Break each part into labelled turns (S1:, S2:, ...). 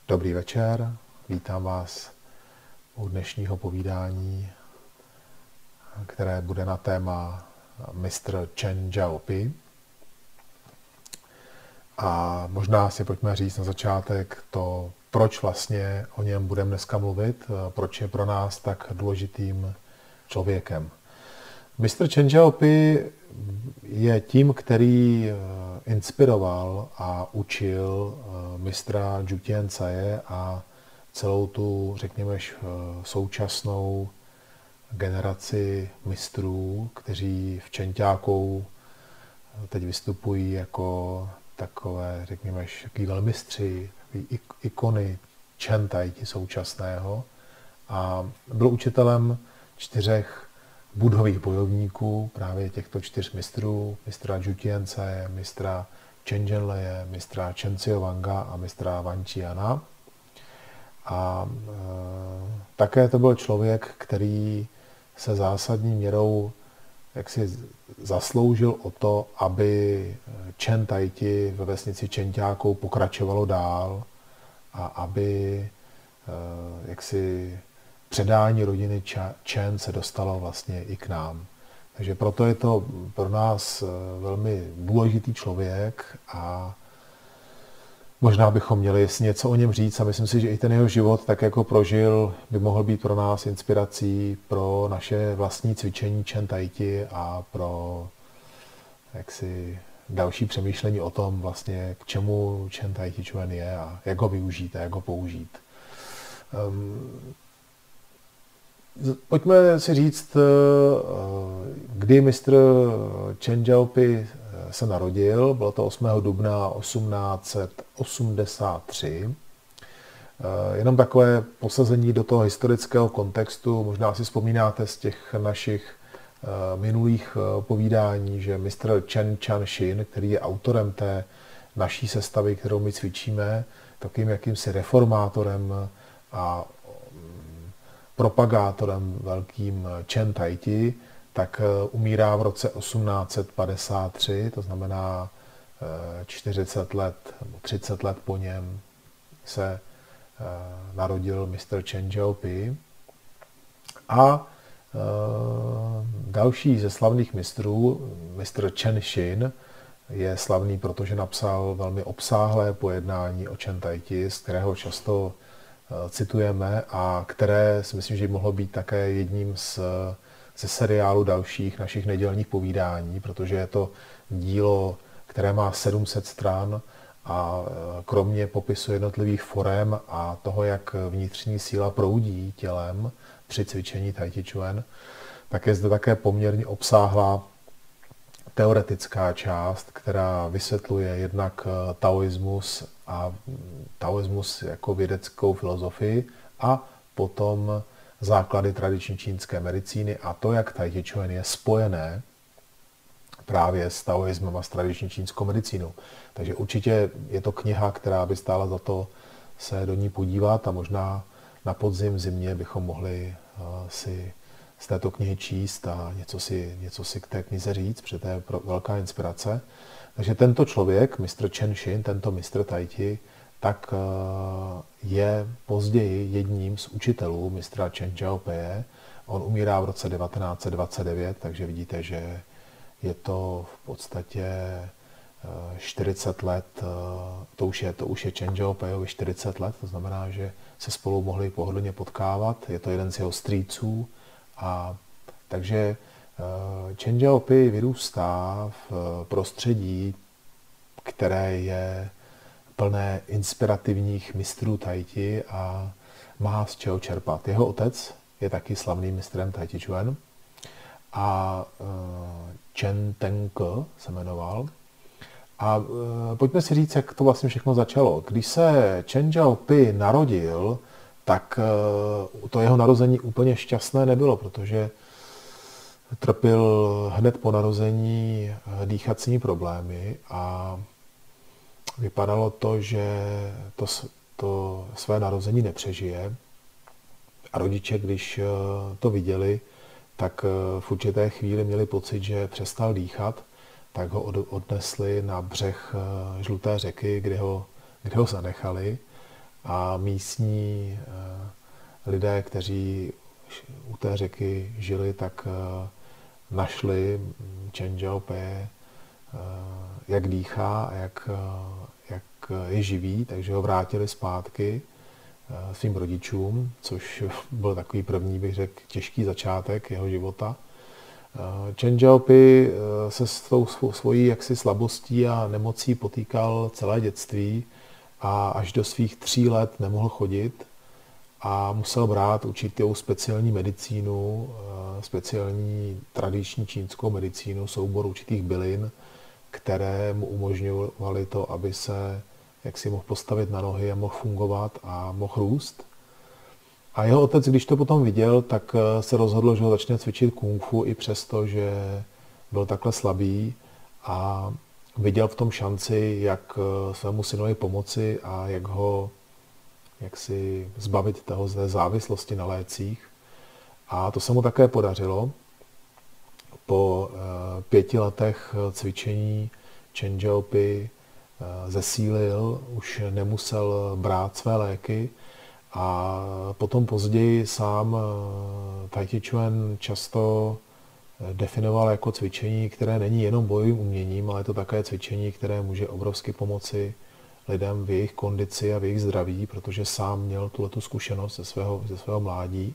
S1: Dobrý večer, vítám vás u dnešního povídání, které bude na téma mistr Chen Zhaopi. A možná si pojďme říct na začátek to, proč vlastně o něm budeme dneska mluvit, proč je pro nás tak důležitým člověkem. Mistr Chen Zhaopi je tím, který inspiroval a učil mistra Zhu Tiancaje a celou tu, řekněme, současnou generaci mistrů, kteří v Čenťákou teď vystupují jako takové, řekněme, takový velmistři, ikony Chen Taiti současného. A byl učitelem 4 budhových bojovníků, právě těchto 4 mistrů, mistra Zhu Tiancaje, mistra Chen Zhenleje, mistra Chen Xiaowanga a mistra Wan Qiana. A také to byl člověk, který se zásadní měrou jaksi zasloužil o to, aby Chen Taiti ve vesnici Čenťákou pokračovalo dál a aby jaksi předání rodiny Chen se dostalo vlastně i k nám. Takže proto je to pro nás velmi důležitý člověk a možná bychom měli něco o něm říct a myslím si, že i ten jeho život, tak jako prožil, by mohl být pro nás inspirací pro naše vlastní cvičení Chen Taiti a pro jaksi další přemýšlení o tom vlastně, k čemu Chen Taiti Chuan je a jak ho využít a jak ho použít. Pojďme si říct, kdy mistr Chen Zhaopi se narodil. Bylo to 8. dubna 1883. Jenom takové posazení do toho historického kontextu. Možná si vzpomínáte z těch našich minulých povídání, že mistr Chen Chanshin, který je autorem té naší sestavy, kterou my cvičíme, takovým jakýmsi reformátorem a propagátorem velkým Chen Taiti, tak umírá v roce 1853, to znamená 40 let nebo 30 let po něm se narodil mistr Chen Zhaopi. A další ze slavných mistrů, mistr Chen Xin, je slavný, protože napsal velmi obsáhlé pojednání o Chen Taiti, z kterého často citujeme a které si myslím, že mohlo být také jedním ze seriálu dalších našich nedělních povídání, protože je to dílo, které má 700 stran a kromě popisu jednotlivých forem a toho, jak vnitřní síla proudí tělem při cvičení Tai Chi Chuan, tak je zde také poměrně obsáhlá teoretická část, která vysvětluje jednak taoismus jako vědeckou filozofii a potom základy tradiční čínské medicíny a to, jak Tai Chi Chuan je spojené právě s taoismem a s tradiční čínskou medicínou. Takže určitě je to kniha, která by stála za to se do ní podívat a možná na podzim, v zimě bychom mohli si z této knihy číst a něco si k té knize říct, protože to je velká inspirace. Takže tento člověk, mistr Chen Xin, tento mistr Tai Chi, tak je později jedním z učitelů mistra Chen Zhaopie. On umírá v roce 1929, takže vidíte, že je to v podstatě 40 let, to už je Chen Zhaopieovi 40 let, to znamená, že se spolu mohli pohodlně potkávat. Je to jeden z jeho strýců. A takže Chen Zhaopi vyrůstá v prostředí, které je plné inspirativních mistrů Tai Chi a má z čeho čerpat. Jeho otec je taky slavným mistrem Tai Chi Chuan a Chen Tengke se jmenoval. A pojďme si říct, jak to vlastně všechno začalo. Když se Chen Zhaopi narodil, tak to jeho narození úplně šťastné nebylo, protože trpěl hned po narození dýchacími problémy a vypadalo to, že to své narození nepřežije. A rodiče, když to viděli, tak v určité chvíli měli pocit, že přestal dýchat, tak ho odnesli na břeh Žluté řeky, kde ho zanechali. a místní lidé, kteří u té řeky žili, tak našli Chen Xiaopei, jak dýchá a jak je živý, takže ho vrátili zpátky svým rodičům, což byl takový první, bych řekl, těžký začátek jeho života. Chen Xiaopei se s tou svojí jaksi slabostí a nemocí potýkal celé dětství a až do svých 3 let nemohl chodit a musel brát určitou speciální medicínu, speciální tradiční čínskou medicínu, soubor určitých bylin, které mu umožňovaly to, aby se jaksi mohl postavit na nohy a mohl fungovat a mohl růst. A jeho otec, když to potom viděl, tak se rozhodl, že ho začne cvičit kung fu i přesto, že byl takhle slabý a viděl v tom šanci, jak svému synovi pomoci a jak ho jaksi zbavit té závislosti na lécích. A to se mu také podařilo. Po 5 letech cvičení Chen Xiaopei zesílil, už nemusel brát své léky a potom později sám Tai Chi Chuan často definoval jako cvičení, které není jenom bojovým uměním, ale je to také cvičení, které může obrovsky pomoci lidem v jejich kondici a v jejich zdraví, protože sám měl tuhletu zkušenost ze svého mládí.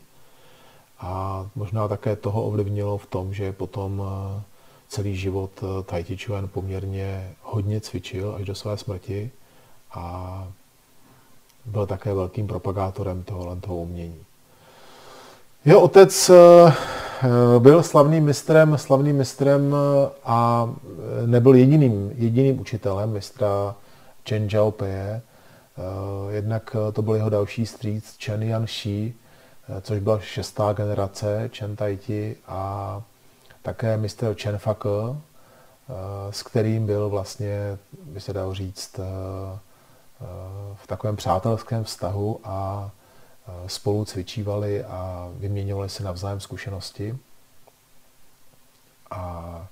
S1: A možná také toho ovlivnilo v tom, že potom celý život Tai Chi Chuan poměrně hodně cvičil až do své smrti a byl také velkým propagátorem tohoto umění. Jeho otec byl slavným mistrem a nebyl jediným učitelem mistra Chen Xiaopei. Jednak to byl jeho další strýc Chen Yanxi, což byla 6. generace Chen Tai Chi, a také mistr Chen Fake, s kterým byl vlastně, by se dalo říct, v takovém přátelském vztahu a spolu cvičívali a vyměňovali si navzájem zkušenosti. A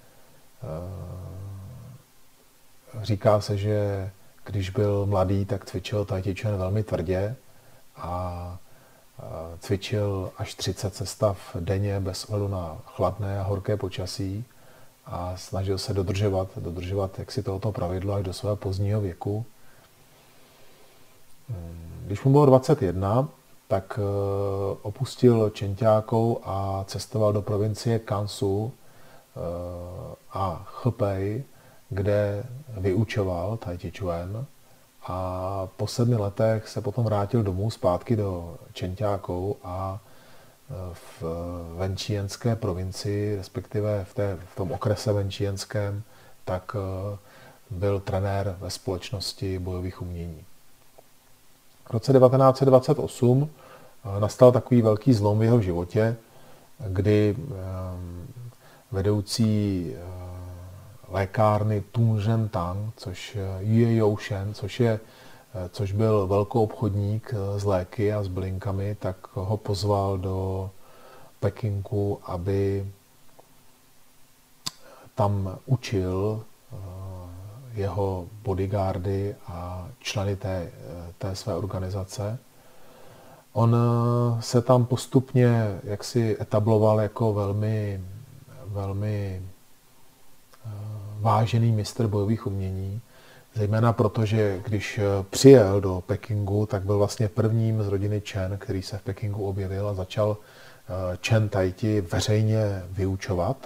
S1: říká se, že když byl mladý, tak cvičil Tai Chi Chuan velmi tvrdě a cvičil až 30 sestav denně bez ohledu na chladné a horké počasí a snažil se dodržovat jaksi tohoto pravidla až do svého pozdního věku. Když mu bylo 21, tak opustil Čenťákou a cestoval do provincie Kansu a Hebei, kde vyučoval Tai Chi Chuan. A po 7 letech se potom vrátil domů zpátky do Čenťákou a v Venčienské provincii, respektive v tom okrese Venčienském, tak byl trenér ve společnosti bojových umění. V roce 1928 nastal takový velký zlom v jeho životě, kdy vedoucí lékárny Tungzhen Tang, což Yue Yousheng, což byl velkoobchodník s léky a s bylinkami, tak ho pozval do Pekingu, aby tam učil jeho bodyguardy a členy té své organizace. On se tam postupně jaksi etabloval jako velmi vážený mistr bojových umění, zejména proto, že když přijel do Pekingu, tak byl vlastně prvním z rodiny Chen, který se v Pekingu objevil a začal Chen Tai Chi veřejně vyučovat.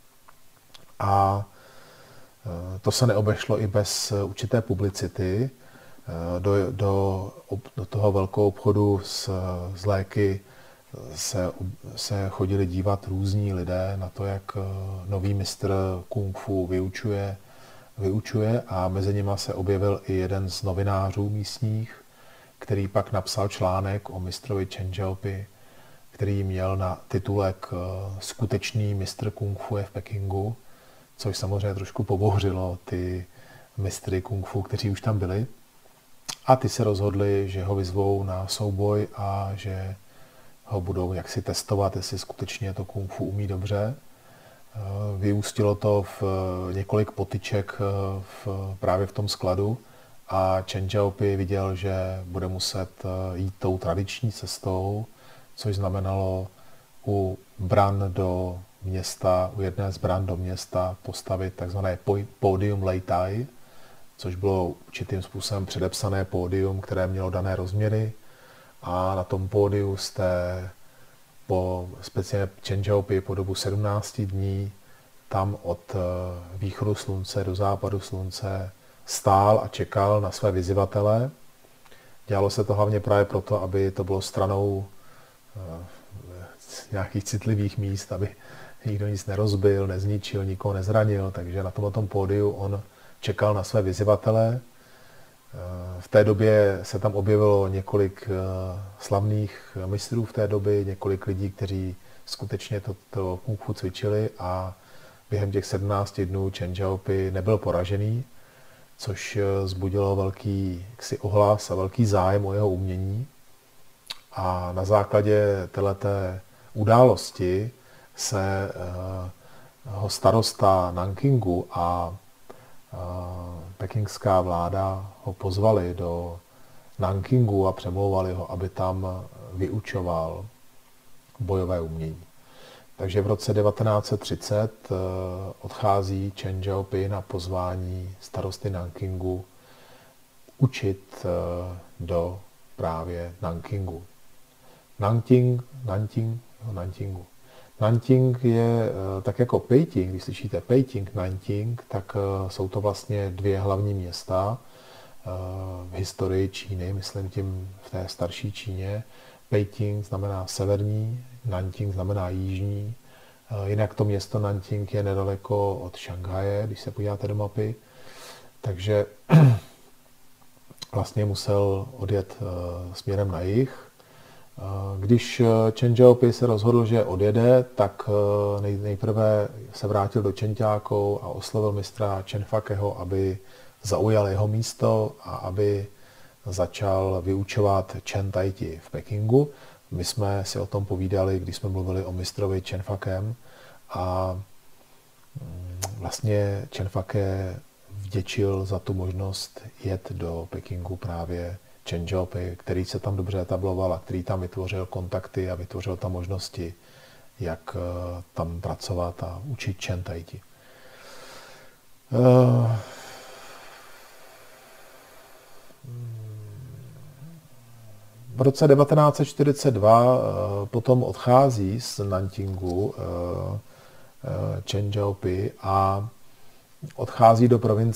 S1: A to se neobešlo i bez určité publicity. Do toho velkého obchodu s léky se chodili dívat různí lidé na to, jak nový mistr kung fu vyučuje, a mezi nimi se objevil i jeden z novinářů místních, který pak napsal článek o mistrovi Chen Xiaopei, který měl na titulek Skutečný mistr kung fu je v Pekingu, což samozřejmě trošku pobouřilo ty mistry kung fu, kteří už tam byli. A ty se rozhodli, že ho vyzvou na souboj a že ho budou jaksi testovat, jestli skutečně to kung fu umí dobře. Vyústilo to v několik potyček právě v tom skladu a Chen Xiaoping viděl, že bude muset jít tou tradiční cestou, což znamenalo u bran do města, u jedné z bran do města postavit takzvané pódium Leitai, což bylo určitým způsobem předepsané pódium, které mělo dané rozměry, a na tom pódiu jste speciálně Chen Xiaoping po dobu 17 dní tam od východu slunce do západu slunce stál a čekal na své vyzývatele. Dělalo se to hlavně právě proto, aby to bylo stranou nějakých citlivých míst, aby nikdo nic nerozbil, nezničil, nikoho nezranil, takže na tomto pódiu on čekal na své vyzývatele. V té době se tam objevilo několik slavných mistrů v té době, několik lidí, kteří skutečně to kung fu cvičili, a během těch 17 dnů Chen Xiaoping nebyl poražený, což vzbudilo velký ohlas a velký zájem o jeho umění. A na základě téhleté události se ho starosta Nankingu a pekingská vláda ho pozvali do Nankingu a přemlouvali ho, aby tam vyučoval bojové umění. Takže v roce 1930 odchází Chen Xiaoping na pozvání starosty Nankingu učit do právě Nankingu. Nanjingu. Nanjing je tak jako Peking, když slyšíte Peking, Nanjing, tak jsou to vlastně dvě hlavní města v historii Číny, myslím tím v té starší Číně. Peking znamená severní, Nanjing znamená jižní. Jinak to město Nanjing je nedaleko od Šanghaje, když se podíváte do mapy. Takže vlastně musel odjet směrem na jih. Když Chen Xiaoping se rozhodl, že odjede, tak nejprve se vrátil do Čenťákou a oslovil mistra Chen Fakeho, aby zaujal jeho místo a aby začal vyučovat Chen Taiti v Pekingu. My jsme si o tom povídali, když jsme mluvili o mistrovi Chen Fakem, a vlastně Chen Fake vděčil za tu možnost jet do Pekingu právě Chen Xiaoping, který se tam dobře etabloval a který tam vytvořil kontakty a vytvořil tam možnosti, jak tam pracovat a učit Chen Taiti. V roce 1942 potom odchází z Nanjingu Chen Xiaoping a odchází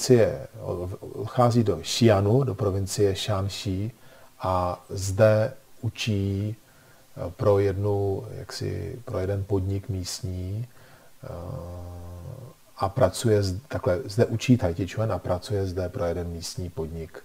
S1: do Xi'anu, do provincie Shanxi, a zde učí pro jeden podnik místní a pracuje zde učí Tai Chi Chuan a pracuje zde pro jeden místní podnik.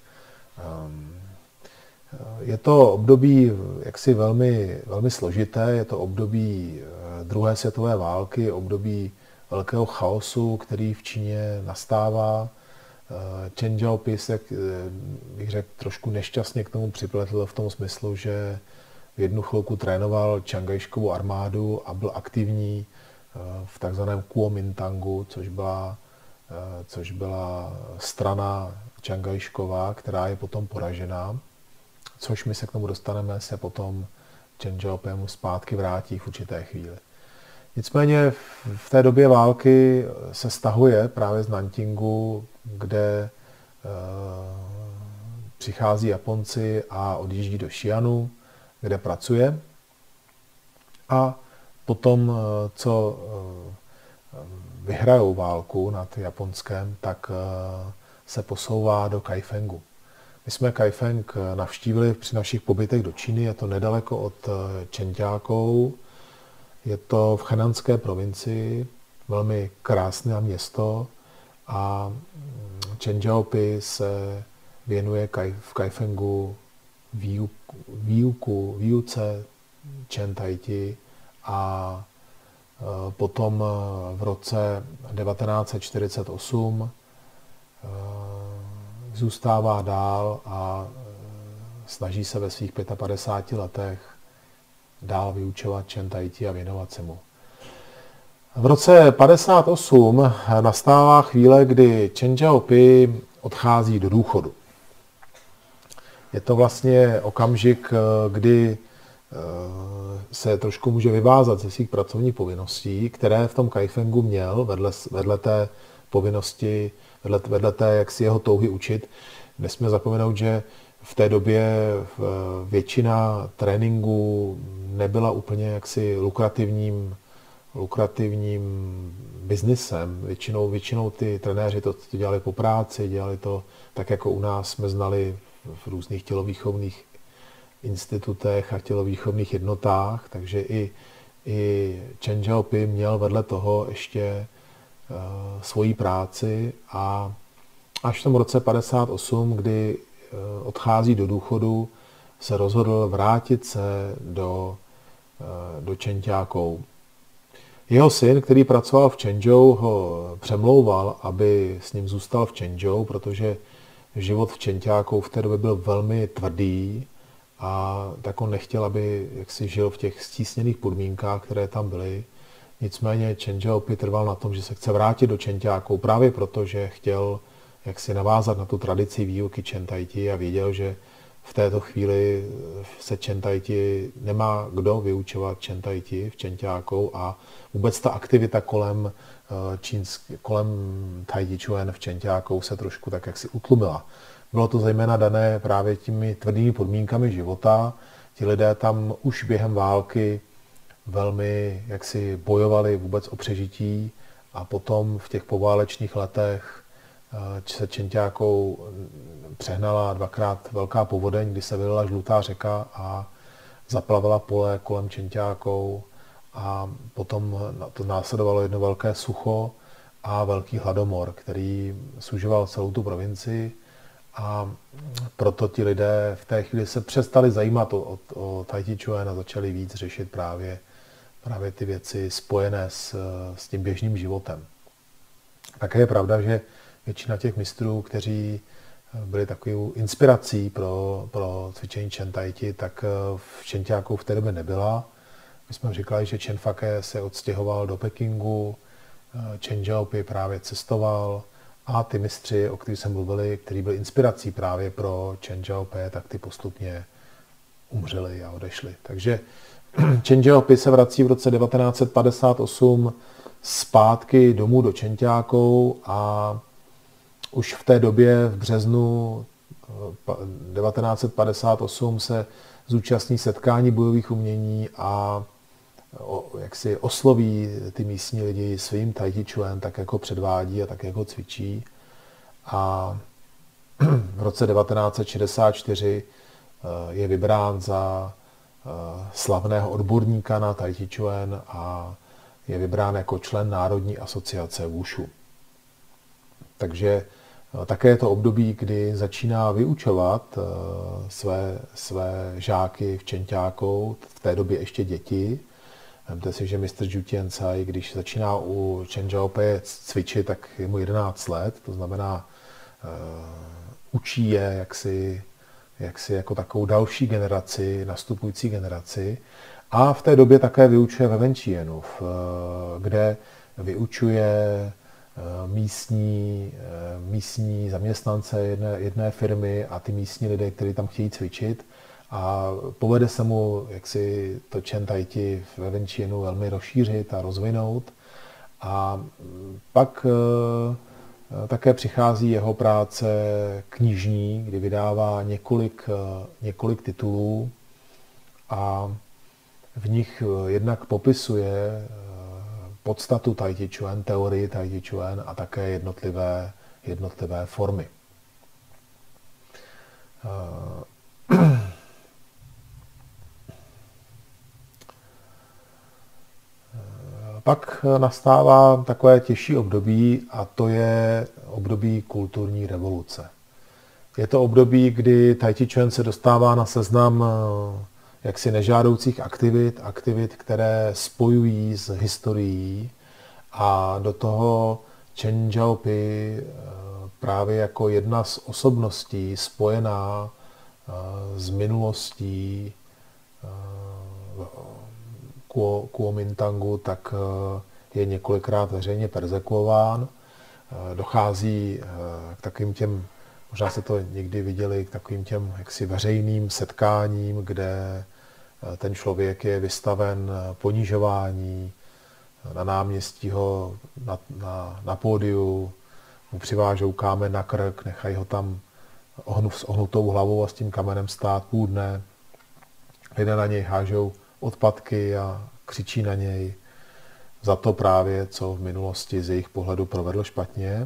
S1: Je to období velmi, velmi složité, je to období druhé světové války, období velkého chaosu, který v Číně nastává. Chen Xiaoping se, bych řekl, trošku nešťastně k tomu připletl v tom smyslu, že v jednu chvilku trénoval Čangajškovu armádu a byl aktivní v takzvaném Kuomintangu, což byla strana Čangajškova, která je potom poražená, což my se k tomu dostaneme, se potom Chen Xiaoping zpátky vrátí v určité chvíli. Nicméně v té době války se stahuje právě z Nanjingu, kde přichází Japonci a odjíždí do Xi'anu, kde pracuje. A potom, co vyhrajou válku nad Japonskem, tak se posouvá do Kaifengu. My jsme Kaifeng navštívili při našich pobytech do Číny, je to nedaleko od Čenťákou, je to v Hennanské provincii, velmi krásné město, a Chen Xiaoping se věnuje v Kaifengu výuce Chen Taiti a potom v roce 1948 zůstává dál a snaží se ve svých 55 letech dál vyučovat Chen Taiti a věnovat se mu. V roce 58 nastává chvíle, kdy Chen Xiaoping odchází do důchodu. je to vlastně okamžik, kdy se trošku může vyvázat ze svých pracovních povinností, které v tom Kaifengu měl vedle té povinnosti, vedle té jaksi jeho touhy učit. Nesmíme zapomenout, že v té době většina tréninku nebyla úplně jaksi lukrativním biznisem. Většinou ty trenéři to dělali po práci, dělali to tak, jako u nás jsme znali v různých tělovýchovných institutech a tělovýchovných jednotách, takže i Chen Xiaoping měl vedle toho ještě svoji práci a až v tom roce 58, kdy odchází do důchodu, se rozhodl vrátit se do Čenťákou. Jeho syn, který pracoval v Čenzhou, ho přemlouval, aby s ním zůstal v Čenzhou, protože život v Čenťákou v té době byl velmi tvrdý a tak on nechtěl, aby jaksi žil v těch stísněných podmínkách, které tam byly. Nicméně Chen Xiaoping trval na tom, že se chce vrátit do Čenťákou právě proto, že chtěl jaksi navázat na tu tradici výuky Chen Tai a věděl, že v této chvíli se Chen Tai nemá kdo vyučovat Chen Tai v Čenťákou a vůbec ta aktivita kolem Tai Chuan v Čenťákou se trošku tak jaksi utlumila. Bylo to zejména dané právě těmi tvrdými podmínkami života. Ti lidé tam už během války velmi jaksi bojovali vůbec o přežití a potom v těch poválečných letech se Čenťákou přehnala dvakrát velká povodeň, kdy se vylila žlutá řeka a zaplavila pole kolem Čenťákou a potom to následovalo jedno velké sucho a velký hladomor, který sužoval celou tu provincii a proto ti lidé v té chvíli se přestali zajímat o Tai Chi Chuan a začali víc řešit právě ty věci spojené s tím běžným životem. Také je pravda, že většina těch mistrů, kteří byli takovou inspirací pro cvičení Chen Tai, tak v Čenťáku v té době nebyla. My jsme říkali, že Chen Fake se odstěhoval do Pekingu, Chen Xiaoping právě cestoval a ty mistři, o kterých jsme mluvili, kteří byli inspirací právě pro Chen Xiaoping, tak ty postupně umřeli a odešli. Takže Chen Xiaoping se vrací v roce 1958 zpátky domů do Čenťákou a už v té době v březnu 1958 se zúčastní setkání bojových umění a jak si osloví ty místní lidi svým Tai Chi Chuan, tak jako předvádí a tak jako cvičí. A v roce 1964 je vybrán za slavného odborníka na Tai Chi Chuan a je vybrán jako člen Národní asociace Wushu. Takže také je to období, kdy začíná vyučovat své žáky v Čenťákou, v té době ještě děti. Vemte si, že mistr Zhu Tiancai, když začíná u Chen Xiaoping cvičit, tak je mu 11 let, to znamená, učí je jaksi jako takovou další generaci, nastupující generaci. A v té době také vyučuje ve Wenchienu, kde vyučuje místní zaměstnance jedné firmy a ty místní lidé, kteří tam chtějí cvičit. A povede se mu jaksi to Chen Tai ve Wenchienu velmi rozšířit a rozvinout. A pak také přichází jeho práce knižní, kdy vydává několik titulů a v nich jednak popisuje podstatu Tai Chi Chuan, teorii Tai Chi Chuan a také jednotlivé formy. Pak nastává takové těžší období a to je období kulturní revoluce. Je to období, kdy Tai Chi Chuan se dostává na seznam jaksi nežádoucích aktivit, které spojují s historií a do toho Chen Xiaoping právě jako jedna z osobností spojená s minulostí Kuomintangu, tak je několikrát veřejně perzekuován. Dochází k takovým těm Možná jste to někdy viděli k takovým těm jaksi veřejným setkáním, kde ten člověk je vystaven ponižování, na náměstí ho na pódiu mu přivážou kámen na krk, nechají ho tam s ohnutou hlavou a s tím kamenem stát půl dne. Lidé na něj hážou odpadky a křičí na něj za to právě, co v minulosti z jejich pohledu provedl špatně.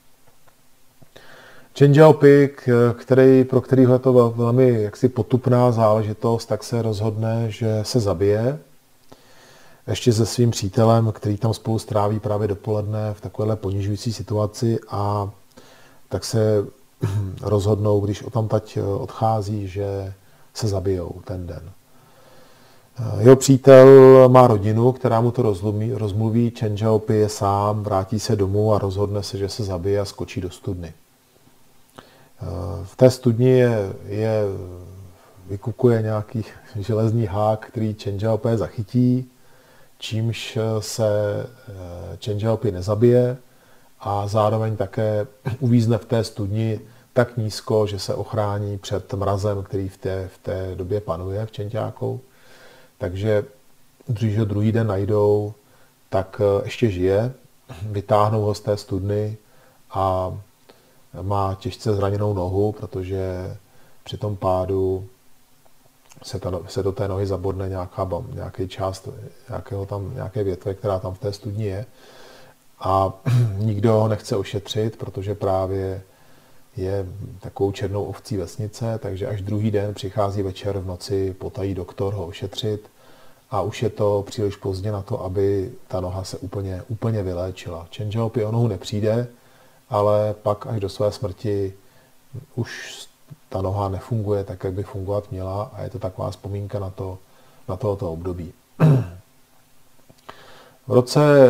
S1: Chen Xiaoping, pro kterého je to velmi jaksi potupná záležitost, tak se rozhodne, že se zabije. Ještě se svým přítelem, který tam spolu stráví právě dopoledne v takovéhle ponižující situaci, a tak se rozhodnou, když odtamtať odchází, že se zabijou ten den. Jeho přítel má rodinu, která mu to rozmluví. Chen Xiaoping je sám, vrátí se domů a rozhodne se, že se zabije a skočí do studny. V té studni vykukuje nějaký železný hák, který Chen Xiaoping zachytí, čímž se Chen Xiaoping nezabije a zároveň také uvízne v té studni tak nízko, že se ochrání před mrazem, který v té době panuje v Čenťáku. Takže když ho druhý den najdou, tak ještě žije, vytáhnou ho z té studny a má těžce zraněnou nohu, protože při tom pádu se do té nohy zabodne nějaký část nějaké větve, která tam v té studni je. A nikdo ho nechce ošetřit, protože právě je takovou černou ovcí vesnice, takže až druhý den přichází večer v noci potají doktor ho ošetřit a už je to příliš pozdě na to, aby ta noha se úplně vyléčila. Chen Xiaoping o nohu nepřijde, ale pak až do své smrti už ta noha nefunguje tak, jak by fungovat měla, a je to taková vzpomínka na tohoto období. V roce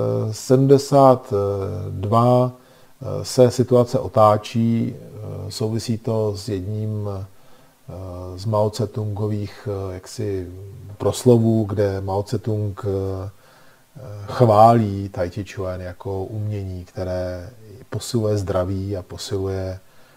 S1: 72 se situace otáčí, souvisí to s jedním z Mao Tse-tungových proslovů, kde Mao Tse-tung chválí Tai Chi Chuan jako umění, které posiluje zdraví a posiluje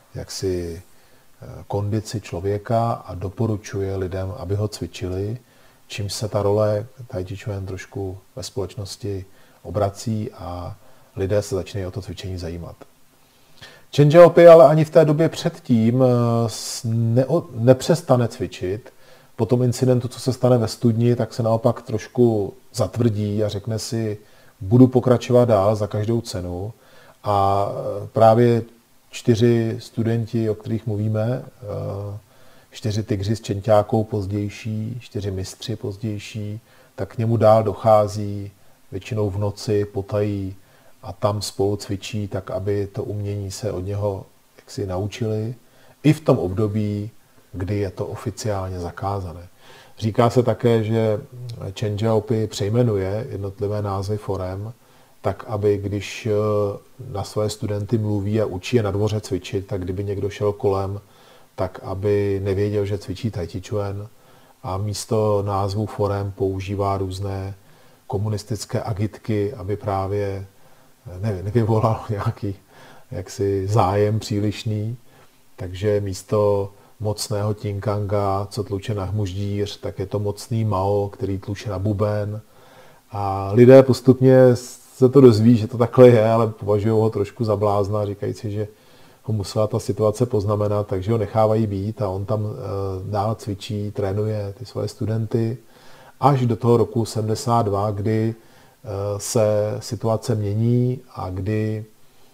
S1: kondici člověka a doporučuje lidem, aby ho cvičili, čímž se ta role Tai Chi Chuan trošku ve společnosti obrací a lidé se začínají o to cvičení zajímat. Chen Xiaoping ale ani v té době předtím nepřestane cvičit. Po tom incidentu, co se stane ve studni, tak se naopak trošku zatvrdí a řekne si, budu pokračovat dál za každou cenu. A právě 4 studenti, o kterých mluvíme, 4 tygři z Čenťákou pozdější, 4 mistři pozdější, tak k němu dál dochází, většinou v noci potají a tam spolu cvičí, tak aby to umění se od něho naučili. I v tom období, kdy je to oficiálně zakázané. Říká se také, že Chen Xiaoping přejmenuje jednotlivé názvy forem, tak aby když na své studenty mluví a učí je na dvoře cvičit, tak kdyby někdo šel kolem, tak aby nevěděl, že cvičí Tai Chi Chuan, a místo názvů forem používá různé komunistické agitky, aby právě nevyvolal nějaký zájem přílišný. Takže místo mocného Tinkanga, co tluče na hmuždíř, tak je to mocný Mao, který tluče na buben. A lidé postupně se to dozví, že to takhle je, ale považují ho trošku za blázna, říkají si, že ho musela ta situace poznamenat, takže ho nechávají být a on tam dál cvičí, trénuje ty svoje studenty až do toho roku 72, kdy se situace mění a kdy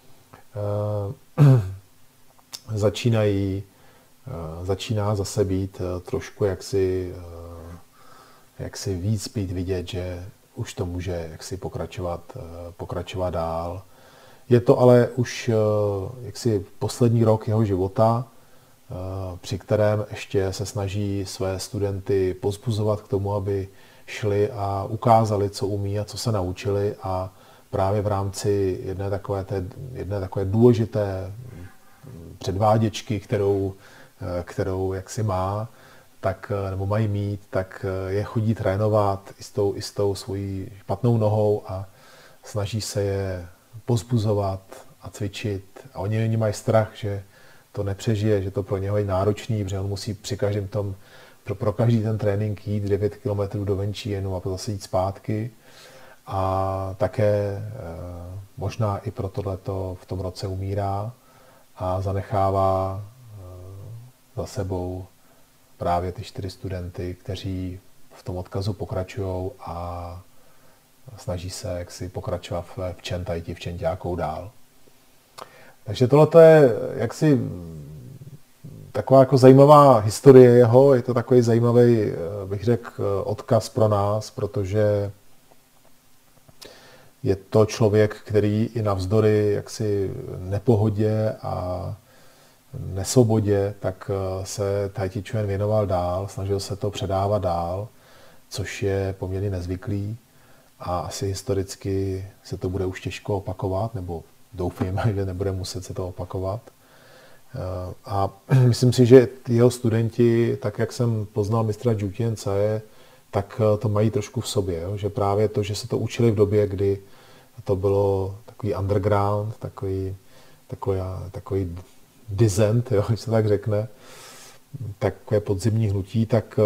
S1: začíná zase být trošku jaksi víc být vidět, že už to může pokračovat dál. Je to ale už poslední rok jeho života, při kterém ještě se snaží své studenty povzbuzovat k tomu, aby šli a ukázali, co umí a co se naučili, a právě v rámci jedné takové důležité předváděčky, kterou má, tak, nebo mají mít, tak je chodí trénovat i s tou svojí špatnou nohou a snaží se je povzbuzovat a cvičit. A oni mají strach, že to nepřežije, že to pro něho je náročný, protože on musí při každém tom, pro každý ten trénink jít 9 kilometrů do Venčínu a potom zase jít zpátky. A také možná i pro tohleto v tom roce umírá a zanechává za sebou právě ty 4 studenty, kteří v tom odkazu pokračují a snaží se jaksi pokračovat v Čentajti, v Čenťákou dál. Takže tohle je jaksi taková jako zajímavá historie jeho, je to takový zajímavý, bych řekl, odkaz pro nás, protože je to člověk, který i navzdory jaksi nepohodě a nesvobodě, tak se Tai Chi Chuan věnoval dál, snažil se to předávat dál, což je poměrně nezvyklý a asi historicky se to bude už těžko opakovat, nebo doufejme, že nebude muset se to opakovat. A myslím si, že jeho studenti, tak jak jsem poznal mistra Zhu Tiancaie, tak to mají trošku v sobě, jo? Že právě to, že se to učili v době, kdy to bylo takový underground, takový dissent, jo, když se tak řekne, takové podzimní hnutí, tak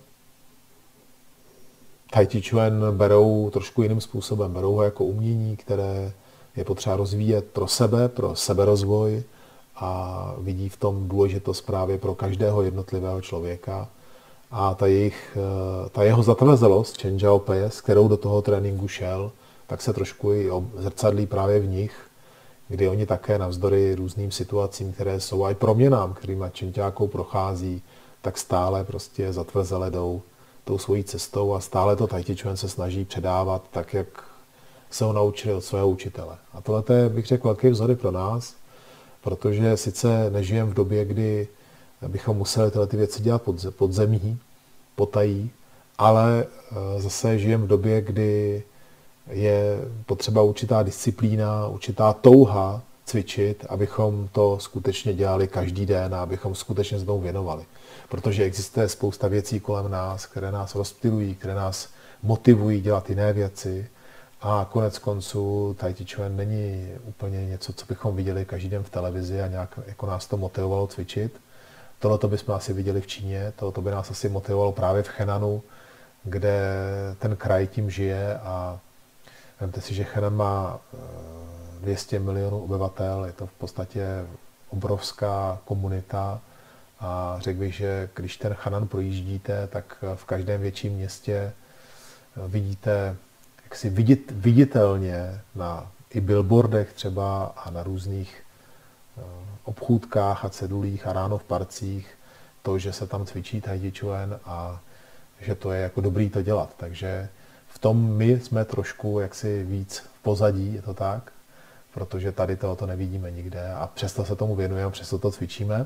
S1: Tai Chi Chuan berou trošku jiným způsobem. Berou ho jako umění, které je potřeba rozvíjet pro sebe, pro seberozvoj a vidí v tom důležitost právě pro každého jednotlivého člověka. A ta jeho zatvrzelost, Chen Zhaopei, s kterou do toho tréninku šel, tak se trošku i zrcadlí právě v nich, kdy oni také navzdory různým situacím, které jsou a i proměnám, kterýma Čenťákou prochází, tak stále prostě zatvrzele jdou tou svojí cestou a stále to Tai Chi Chuan se snaží předávat tak, jak se ho naučili od svého učitele. A tohle je, bych řekl, velký vzor pro nás, protože sice nežijeme v době, kdy bychom museli tyhle ty věci dělat pod zemí, potají, ale zase žijeme v době, kdy je potřeba určitá disciplína, určitá touha cvičit, abychom to skutečně dělali každý den a abychom skutečně se tomu věnovali. Protože existuje spousta věcí kolem nás, které nás rozptylují, které nás motivují dělat jiné věci. A konec konců Tai Chi Chuan není úplně něco, co bychom viděli každý den v televizi a nějak jako nás to motivovalo cvičit. Tohle bychom asi viděli v Číně, tohle by nás asi motivovalo právě v Chenanu, kde ten kraj tím žije a vemte si, že Henan má 200 milionů obyvatel, je to v podstatě obrovská komunita a řekl bych, že když ten Henan projíždíte, tak v každém větším městě vidíte jaksi viditelně na i billboardech třeba a na různých obchůdkách a cedulích a ráno v parcích to, že se tam cvičí Tai Chi Chuan a že to je jako dobrý to dělat. Takže v tom my jsme trošku jaksi víc v pozadí, je to tak, protože tady to nevidíme nikde a přesto se tomu věnujeme, přesto to cvičíme.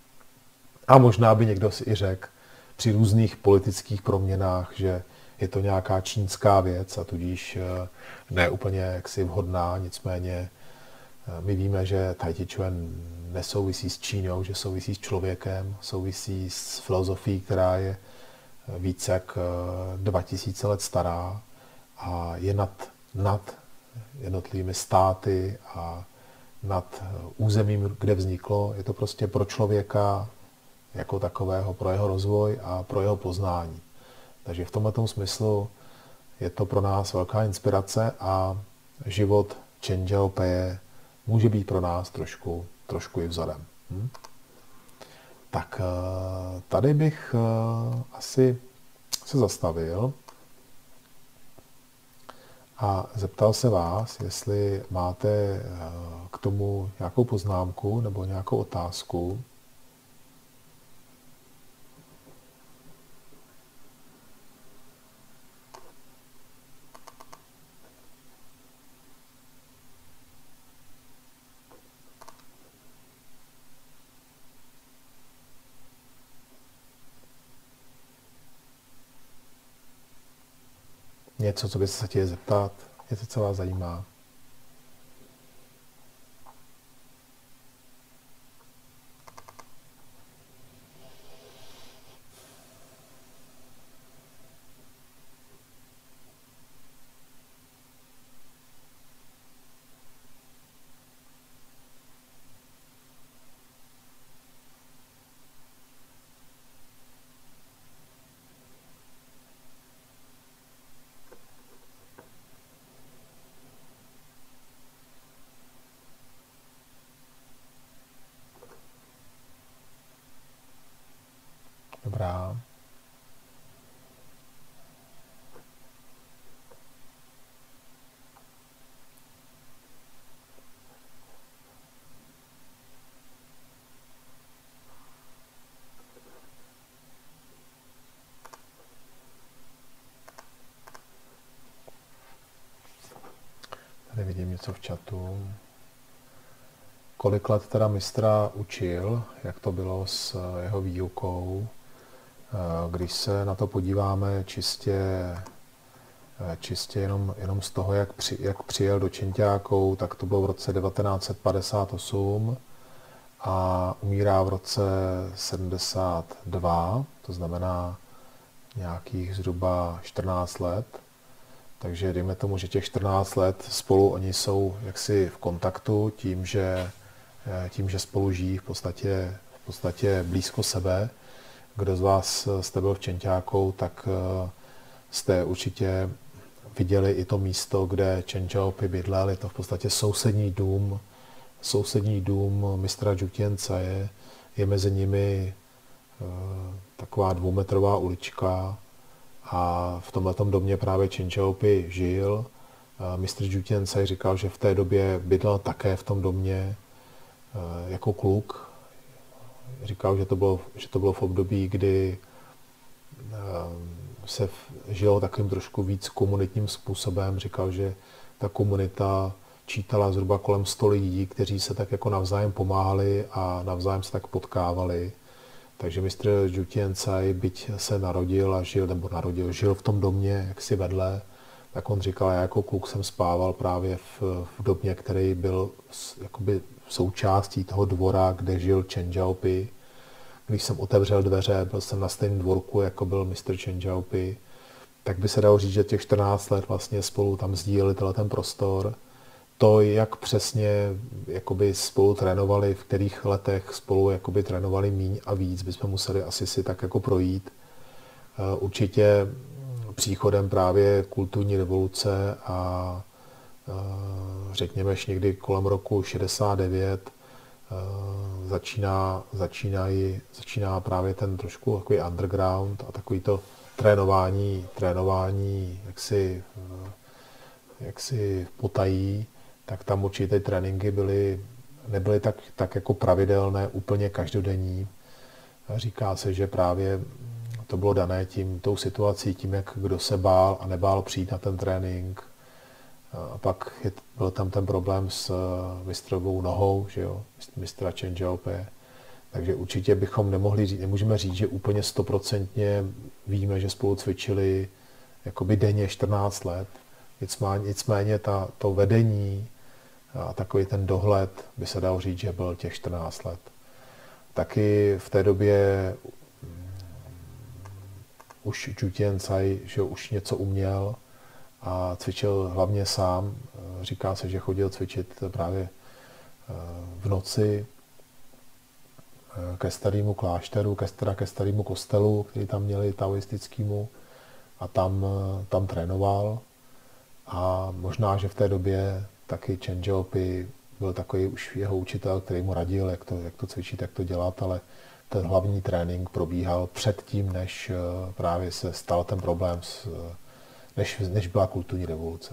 S1: A možná by někdo si i řekl při různých politických proměnách, že je to nějaká čínská věc a tudíž ne úplně jaksi vhodná, nicméně my víme, že Tai Chi Chuan nesouvisí s Čínou, že souvisí s člověkem, souvisí s filozofií, která je více jak 2000 let stará a je nad jednotlivými státy a nad územím, kde vzniklo. Je to prostě pro člověka jako takového, pro jeho rozvoj a pro jeho poznání. Takže v tomto smyslu je to pro nás velká inspirace a život Chen Zhaopei může být pro nás trošku i vzorem. Tak tady bych asi se zastavil a zeptal se vás, jestli máte k tomu nějakou poznámku nebo nějakou otázku. Něco, co byste se chtěli zeptat, něco, co vás zajímá. Dobrá. Tady vidím něco v chatu. Kolik let teda mistra učil, jak to bylo s jeho výukou. Když se na to podíváme čistě jenom z toho, jak přijel do Čenťáků, tak to bylo v roce 1958 a umírá v roce 72, to znamená nějakých zhruba 14 let. Takže dejme tomu, že těch 14 let spolu oni jsou jaksi v kontaktu tím, že spolu žijí v podstatě blízko sebe. Kdo z vás jste byl v Čenťákou, tak jste určitě viděli i to místo, kde Čenčaopi bydlel. Je to v podstatě sousední dům mistra Džutěnca. Je mezi nimi taková 2metrová ulička a v tomhletom domě právě Čenčaopi žil. Mistr Džutěnca říkal, že v té době bydlel také v tom domě jako kluk. Říkal, že to bylo v období, kdy se žilo takovým trošku víc komunitním způsobem. Říkal, že ta komunita čítala zhruba kolem 100 lidí, kteří se tak jako navzájem pomáhali a navzájem se tak potkávali. Takže mistr Džutěncaj, byť se narodil a žil v tom domě jaksi vedle, tak on říkal, já jako kluk jsem spával právě v domě, který byl jakoby součástí toho dvora, kde žil Čenčaopi. Když jsem otevřel dveře, byl jsem na stejném dvorku, jako byl mistr Čenčaopi, tak by se dalo říct, že těch 14 let vlastně spolu tam sdíleli ten prostor. To, jak přesně jakoby spolu trénovali, v kterých letech spolu jakoby trénovali míň a víc, bychom museli asi si tak jako projít. Určitě příchodem právě kulturní revoluce a řekněme někdy kolem roku 69 začíná právě ten trošku takový underground a takový to trénování jaksi potají, tak tam určitě tréninky nebyly tak jako pravidelné, úplně každodenní. Říká se, že právě to bylo dané tou situací, tím, jak kdo se bál a nebál přijít na ten trénink. A pak byl tam ten problém s mistrovou nohou, že jo, mistra Čenčaope. Takže určitě nemůžeme říct, že úplně 100% víme, že spolu cvičili jakoby denně 14 let. Nicméně to vedení a takový ten dohled by se dalo říct, že byl těch 14 let. Taky v té době už Džutěncaj, že už něco uměl a cvičil hlavně sám. Říká se, že chodil cvičit právě v noci ke starému klášteru, ke starému kostelu, který tam měli taoistickému, a tam trénoval. A možná, že v té době taky Čenčaopi byl takový už jeho učitel, který mu radil, jak to cvičit, jak to dělat, ale ten hlavní trénink probíhal předtím, než právě se stal ten problém, než byla kulturní revoluce.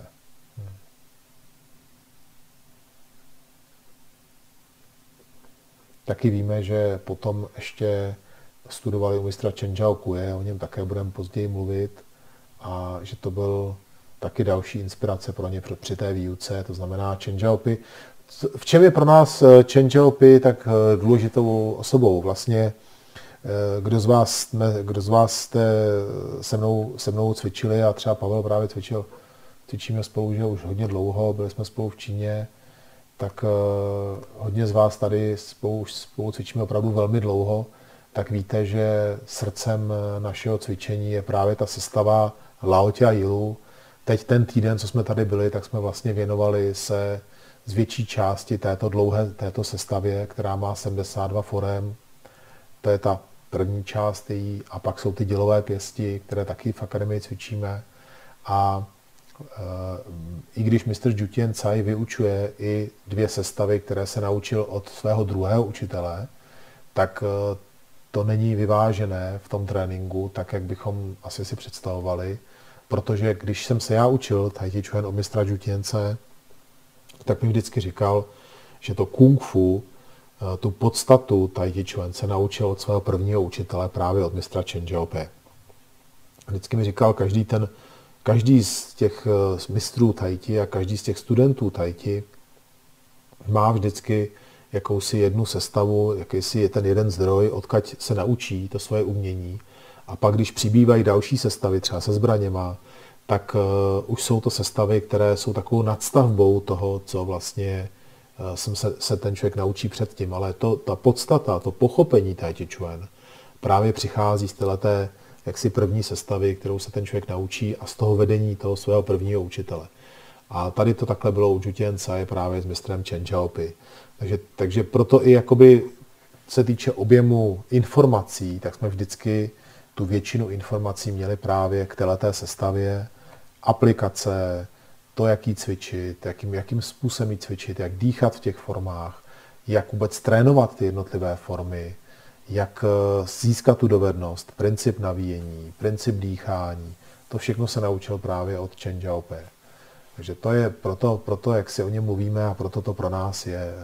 S1: Taky víme, že potom ještě studovali u mistra Čenčao Kuje, o něm také budeme později mluvit, a že to byl taky další inspirace pro ně při té výuce, to znamená Čenčaopi. V čem je pro nás Čenčaopi tak důležitou osobou? Vlastně, kdo z vás jste se mnou cvičili, a třeba Pavel právě cvičíme spolu, že už hodně dlouho, byli jsme spolu v Číně, tak hodně z vás tady spolu cvičíme opravdu velmi dlouho, tak víte, že srdcem našeho cvičení je právě ta sestava Lao Tia Yilu. Teď ten týden, co jsme tady byli, tak jsme vlastně věnovali se z větší části této sestavě, která má 72 forem. To je ta první část její, a pak jsou ty dělové pěsti, které taky v akademii cvičíme. A i když mistr Džutěncaj vyučuje i 2 sestavy, které se naučil od svého druhého učitele, tak to není vyvážené v tom tréninku, tak jak bychom asi si představovali, protože když jsem se já učil Tai Chi Chuan od mistra Zhu Tianze, tak mi vždycky říkal, že to kung fu, tu podstatu Tai Chi Chuan se naučil od svého prvního učitele, právě od mistra Chen Xiaopei. Vždycky mi říkal, každý z těch mistrů Tai Chi a každý z těch studentů Tai Chi má vždycky jakousi jednu sestavu, jakýsi je ten jeden zdroj, odkud se naučí to svoje umění. A pak, když přibývají další sestavy, třeba se zbraněma, tak už jsou to sestavy, které jsou takovou nadstavbou toho, co vlastně se ten člověk naučí předtím. Ale ta podstata, to pochopení Tai Chi Chuan právě přichází z téhleté jaksi první sestavy, kterou se ten člověk naučí a z toho vedení toho svého prvního učitele. A tady to takhle bylo u Zhu Tianze právě s mistrem Chen Xiaopei. Takže proto i jakoby se týče objemu informací, tak jsme vždycky tu většinu informací měli právě k téhleté sestavě, aplikace, to, jak jí cvičit, jakým způsobem jí cvičit, jak dýchat v těch formách, jak vůbec trénovat ty jednotlivé formy, jak získat tu dovednost, princip navíjení, princip dýchání. To všechno se naučil právě od Chen Xiaopei. Takže to je proto, jak si o něm mluvíme a proto to pro nás je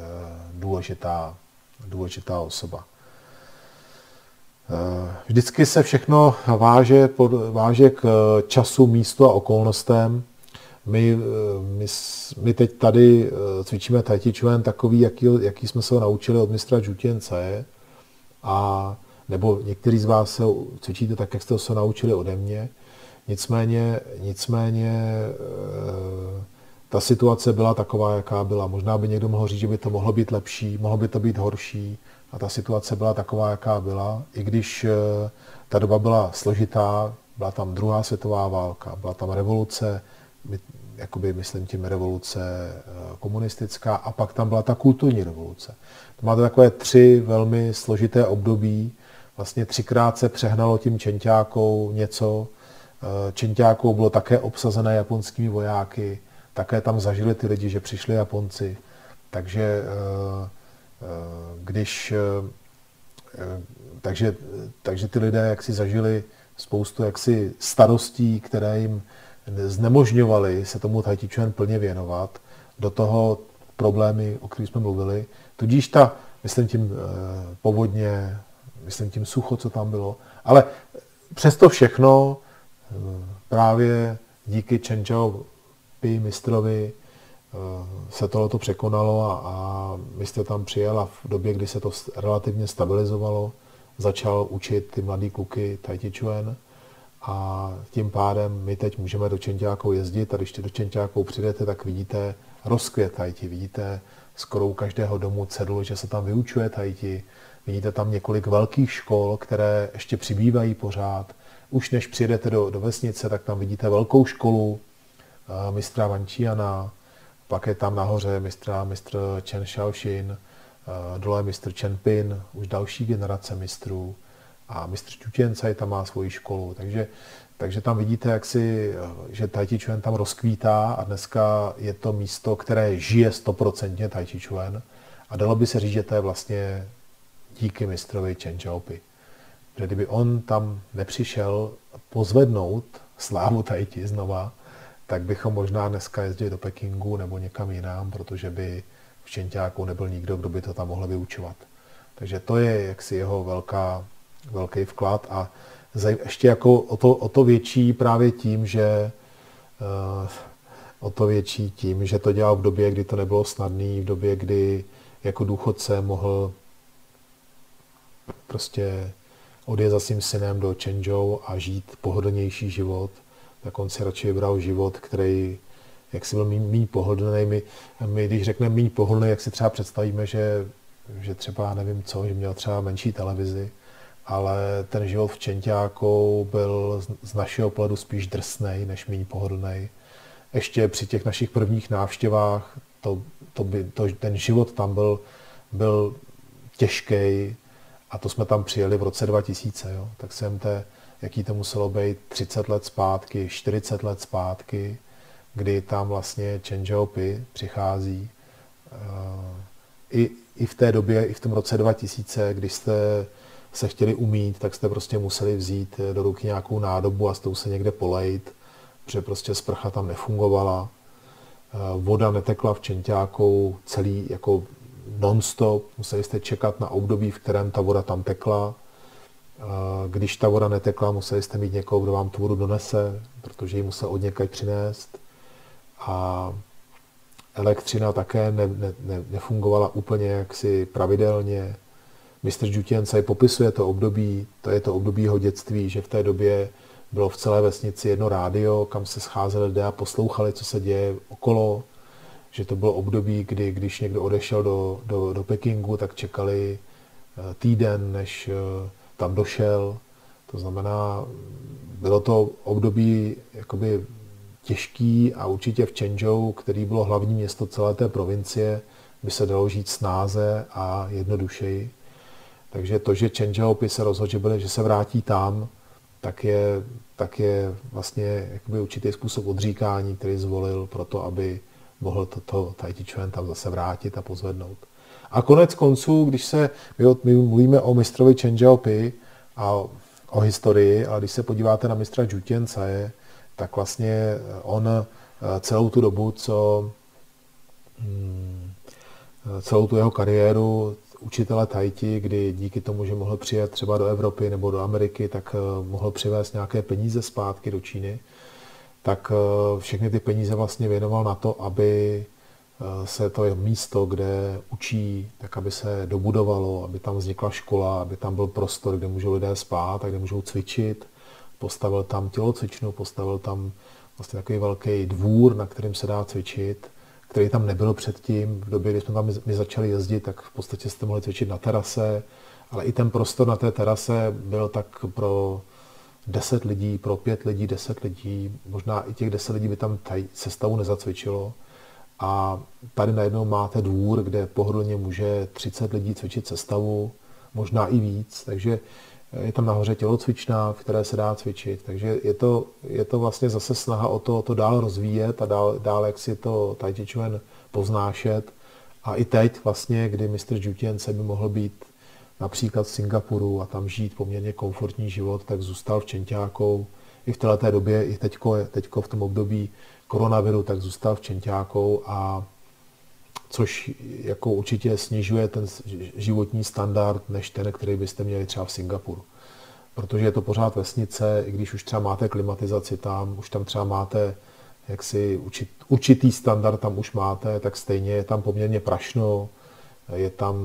S1: důležitá osoba. Vždycky se všechno váže k času, místu a okolnostem. My teď tady cvičíme Tai Chi Chuan takový, jaký jsme se ho naučili od mistra Zhu Tianze, a nebo někteří z vás se cvičíte tak, jak jste se naučili ode mě. Nicméně ta situace byla taková, jaká byla. Možná by někdo mohl říct, že by to mohlo být lepší, mohlo by to být horší. A ta situace byla taková, jaká byla. I když ta doba byla složitá, byla tam druhá světová válka, byla tam revoluce, myslím tím revoluce komunistická, a pak tam byla ta kulturní revoluce. To máte takové 3 velmi složité období. Vlastně 3krát se přehnalo tím Čenťákou něco. Čenťákou bylo také obsazené japonskými vojáky, také tam zažili ty lidi, že přišli Japonci. Takže ty lidé jaksi zažili spoustu jaksi starostí, které jim znemožňovaly se tomu Tai Chi Chuan plně věnovat. Do toho problémy, o kterých jsme mluvili. Tudíž myslím tím povodně, myslím tím sucho, co tam bylo. Ale přesto všechno právě díky Chen Xiaopei mistrovi se tohleto překonalo a mistr tam přijel a v době, kdy se to relativně stabilizovalo, začal učit ty mladý kluky Tai Chi Chuan a tím pádem my teď můžeme do Čenťákou jezdit a když do Čenťákou přijdete, tak vidíte rozkvět Tai Chi, vidíte skoro u každého domu cedul, že se tam vyučuje Tai Chi, vidíte tam několik velkých škol, které ještě přibývají pořád. Už než přijedete do vesnice, tak tam vidíte velkou školu mistra Wančiana, pak je tam nahoře mistr Chen Shaoxin, dole mistr Chen Pin, už další generace mistrů a mistr Zhu Tianze tam má svoji školu. Takže tam vidíte, že Tai Chi Chuan tam rozkvítá a dneska je to místo, které žije 100% Tai Chi Chuan a dalo by se říct, že to je vlastně díky mistrovi Chen Xiaopei. Protože kdyby on tam nepřišel pozvednout slávu Tai Chi znova, tak bychom možná dneska jezdili do Pekingu nebo někam jinam, protože by v Čenťáku nebyl nikdo, kdo by to tam mohl vyučovat. Takže to je jaksi jeho velký vklad a ještě jako o to větší právě tím, že to dělal v době, kdy to nebylo snadné, v době, kdy jako důchodce mohl prostě odjet za svým synem do Chenzhou a žít pohodlnější život, tak on si radši vybral život, který jak si byl méně pohodlný. My, když řekneme méně pohodlný, jak si třeba představíme, že třeba nevím co, že měl třeba menší televizi, ale ten život v Čenťáku byl z našeho pohledu spíš drsnej, než méně pohodlný. Ještě při těch našich prvních návštěvách ten život tam byl těžký a to jsme tam přijeli v roce 2000. Jo. Tak si vemte, jaký to muselo být 30 let zpátky, 40 let zpátky, kdy tam vlastně Chen Xiaopei přichází. I v té době, i v tom roce 2000, kdy jste se chtěli umýt, tak jste prostě museli vzít do ruky nějakou nádobu a s tou se někde polejt, protože prostě sprcha tam nefungovala. Voda netekla v Čenťákou celý jako non-stop, museli jste čekat na období, v kterém ta voda tam tekla. Když ta voda netekla, museli jste mít někoho, kdo vám tu vodu donese, protože ji musel odněkaď přinést. A elektřina také nefungovala úplně jaksi pravidelně. Mistr Žutěncaj popisuje to období, to je to období jeho dětství, že v té době bylo v celé vesnici jedno rádio, kam se scházeli lidé a poslouchali, co se děje okolo. Že to bylo období, kdy když někdo odešel do Pekingu, tak čekali týden, než tam došel. To znamená, bylo to období jakoby těžký a určitě v Čenzhou, který bylo hlavní město celé té provincie, by se dalo žít snáze a jednodušeji. Takže to, že Chen Xiaoping se rozhodl, že se vrátí tam, tak je vlastně jakoby určitý způsob odříkání, který zvolil pro to, aby mohl toto Tai Chi Chuan tam zase vrátit a pozvednout. A konec konců, když my mluvíme o mistrovi Chen Xiaoping a o historii, ale když se podíváte na mistra Žutěncaje, tak vlastně on celou tu dobu, celou tu jeho kariéru učitele Tai Chi, kdy díky tomu, že mohl přijet třeba do Evropy nebo do Ameriky, tak mohl přivést nějaké peníze zpátky do Číny, tak všechny ty peníze vlastně věnoval na to, aby se to místo, kde učí, tak aby se dobudovalo, aby tam vznikla škola, aby tam byl prostor, kde můžou lidé spát a kde můžou cvičit. Postavil tam tělocvičnu, postavil tam vlastně takový velký dvůr, na kterým se dá cvičit, který tam nebyl předtím. V době, kdy jsme tam my začali jezdit, tak v podstatě jste mohli cvičit na terase, ale i ten prostor na té terase byl tak pro 10 lidí, pro 5 lidí, 10 lidí, možná i těch 10 lidí by tam sestavu nezacvičilo. A tady najednou máte dvůr, kde pohodlně může 30 lidí cvičit sestavu, možná i víc, takže je tam nahoře tělocvična, v které se dá cvičit. Takže je to vlastně zase snaha o to dál rozvíjet a dál jak si to Tai Chi Chuan poznášet. A i teď vlastně, kdy mistr Žutěnce by mohl být například v Singapuru a tam žít poměrně komfortní život, tak zůstal v Čenťákou. I v této době, i teďko v tom období koronaviru, tak zůstal v Čenťákou, a což jako určitě snižuje ten životní standard než ten, který byste měli třeba v Singapuru. Protože je to pořád vesnice, i když už třeba máte klimatizaci tam, už tam třeba máte jaksi určitý standard tam už máte, tak stejně je tam poměrně prašno, je tam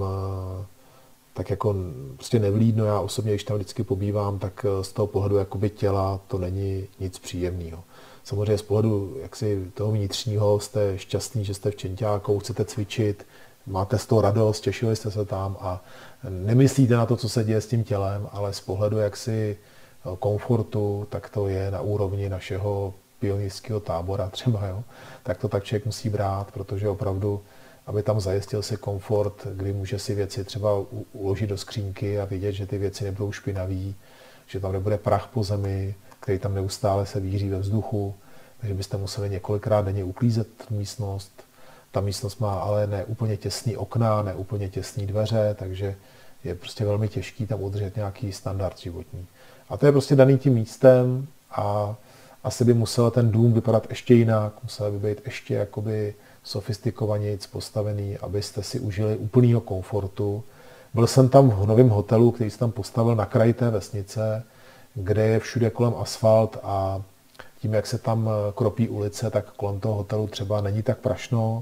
S1: tak jako prostě nevlídno. Já osobně, když tam vždycky pobývám, tak z toho pohledu jakoby těla to není nic příjemného. Samozřejmě z pohledu jaksi toho vnitřního jste šťastný, že jste v Čenťáku, chcete cvičit, máte z toho radost, těšili jste se tam a nemyslíte na to, co se děje s tím tělem, ale z pohledu jaksi komfortu, tak to je na úrovni našeho pionýrského tábora třeba, jo? Tak to tak člověk musí brát, protože opravdu, aby tam zajistil si komfort, kdy může si věci třeba uložit do skřínky a vidět, že ty věci nebudou špinavý, že tam nebude prach po zemi, který tam neustále se víří ve vzduchu, takže byste museli několikrát denně uklízet místnost. Ta místnost má ale ne úplně těsný okna, ne úplně těsný dveře, takže je prostě velmi těžký tam udržet nějaký standard životní. A to je prostě daný tím místem a asi by musel ten dům vypadat ještě jinak, musel by být ještě jakoby sofistikovanějc postavený, abyste si užili úplného komfortu. Byl jsem tam v novém hotelu, který jsem tam postavil na kraji té vesnice, kde je všude kolem asfalt a tím, jak se tam kropí ulice, tak kolem toho hotelu třeba není tak prašno.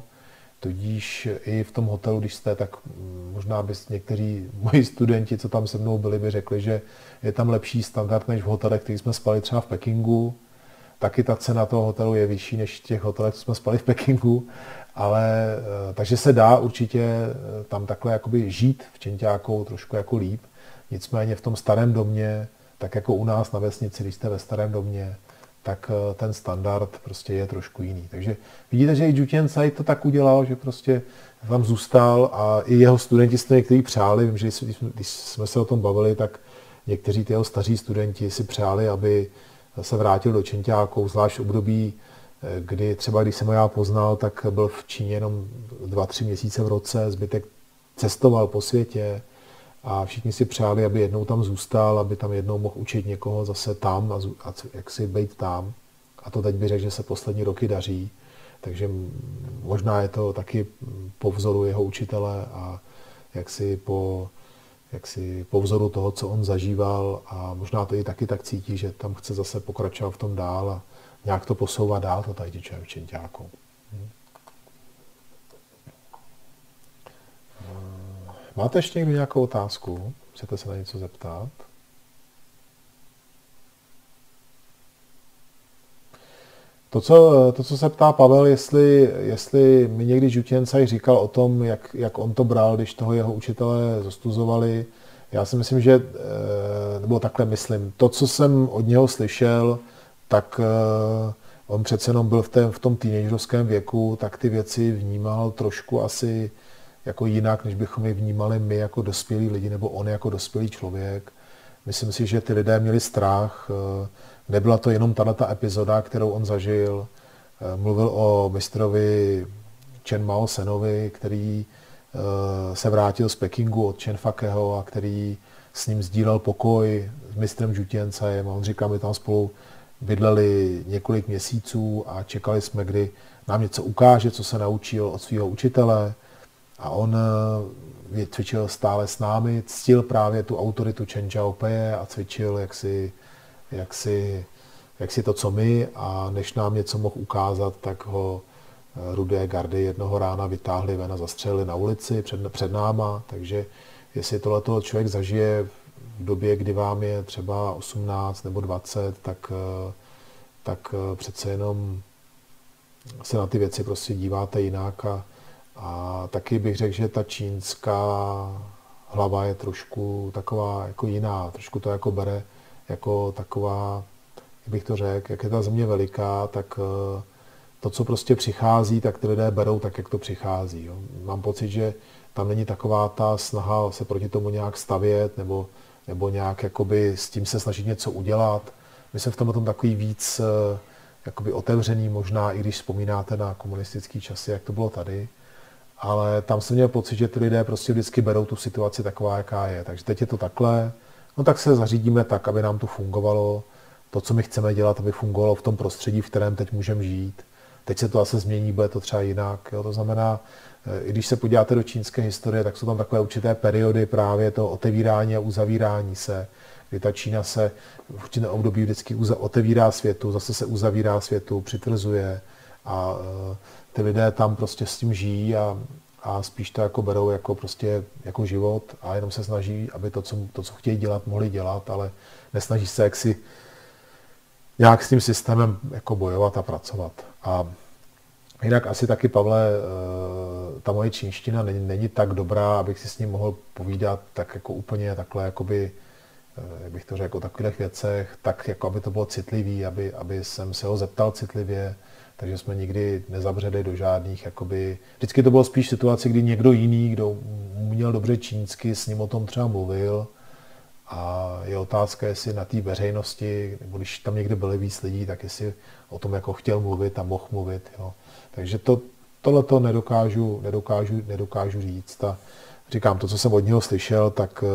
S1: Tudíž i v tom hotelu, když jste, tak možná by někteří moji studenti, co tam se mnou byli, by řekli, že je tam lepší standard než v hotelech, který jsme spali třeba v Pekingu. Taky ta cena toho hotelu je vyšší než v těch hotelech, co jsme spali v Pekingu. Ale takže se dá určitě tam takhle jakoby žít v Čenťáku trošku jako líp. Nicméně v tom starém domě, tak jako u nás na vesnici, když jste ve starém domě, tak ten standard prostě je trošku jiný. Takže vidíte, že i Žutěncaj to tak udělal, že prostě tam zůstal a i jeho studenti si to někteří přáli. Vím, že když jsme se o tom bavili, tak někteří ty jeho staří studenti si přáli, aby se vrátil do Čenťáku, zvlášť v období, kdy třeba když jsem ho já poznal, tak byl v Číně jenom 2-3 měsíce v roce, zbytek cestoval po světě a všichni si přáli, aby jednou tam zůstal, aby tam jednou mohl učit někoho zase tam a jak si být tam. A to teď bych řekl, že se poslední roky daří. Takže možná je to taky po vzoru jeho učitele a jaksi po vzoru toho, co on zažíval, a možná to i taky tak cítí, že tam chce zase pokračovat v tom dál a nějak to posouvat dál, to tajtiče v Čenťáku. Máte ještě někdo nějakou otázku? Chcete se na něco zeptat? To, co se ptá Pavel, jestli mi někdy Žutěncaj říkal o tom, jak on to bral, když toho jeho učitelé zostuzovali. Já si myslím, že, nebo takhle myslím, to, co jsem od něho slyšel, tak on přece jenom byl v tom teenagerovském věku, tak ty věci vnímal trošku asi jako jinak, než bychom je vnímali my jako dospělí lidi, nebo on jako dospělý člověk. Myslím si, že ty lidé měli strach. Nebyla to jenom tato epizoda, kterou on zažil. Mluvil o mistrovi Chen Mao Senovi, který se vrátil z Pekingu od Chen Fakeho a který s ním sdílel pokoj s mistrem Žutěncajem. A on říká, my tam spolu bydleli několik měsíců a čekali jsme, kdy nám něco ukáže, co se naučil od svého učitele. A on cvičil stále s námi, ctil právě tu autoritu Chen Xiaopeje a cvičil jak si to, co my, a než nám něco mohl ukázat, tak ho rudé gardy jednoho rána vytáhli ven a zastřelili na ulici před náma. Takže jestli tohleto člověk zažije v době, kdy vám je třeba 18 nebo 20, tak přece jenom se na ty věci prostě díváte jinak. A taky bych řekl, že ta čínská hlava je trošku taková jako jiná, trošku to jako bere jako taková, jak bych to řekl, jak je ta země veliká, tak to, co prostě přichází, tak ty lidé berou tak, jak to přichází. Jo. Mám pocit, že tam není taková ta snaha se proti tomu nějak stavět nebo nějak jakoby s tím se snažit něco udělat. My jsme v tomhle tom takový víc jakoby otevřený, možná i když vzpomínáte na komunistické časy, jak to bylo tady. Ale tam jsem měl pocit, že ty lidé prostě vždycky berou tu situaci taková, jaká je. Takže teď je to takhle, no tak se zařídíme tak, aby nám to fungovalo. To, co my chceme dělat, aby fungovalo v tom prostředí, v kterém teď můžeme žít. Teď se to asi změní, bude to třeba jinak. Jo? To znamená, i když se podíváte do čínské historie, tak jsou tam takové určité periody právě to otevírání a uzavírání se, kdy ta Čína se v určitém období vždycky otevírá světu, zase se uzavírá světu, přitvrzuje a ty lidé tam prostě s tím žijí a spíš to jako berou jako prostě jako život a jenom se snaží, aby to, co chtějí dělat, mohli dělat, ale nesnaží se jaksi nějak s tím systémem jako bojovat a pracovat. A jinak asi taky, Pavle, ta moje čínština není tak dobrá, abych si s ním mohl povídat tak jako úplně takhle, jakoby, jak bych to řekl, o takových věcech, tak jako aby to bylo citlivý, aby jsem se ho zeptal citlivě, takže jsme nikdy nezabředli do žádných, jakoby, vždycky to bylo spíš situace, kdy někdo jiný, kdo uměl dobře čínsky, s ním o tom třeba mluvil. A je otázka, jestli na té veřejnosti, nebo když tam někde byli víc lidí, tak jestli o tom jako chtěl mluvit a mohl mluvit. Jo. Takže tohleto nedokážu říct. A říkám, to, co jsem od něho slyšel, tak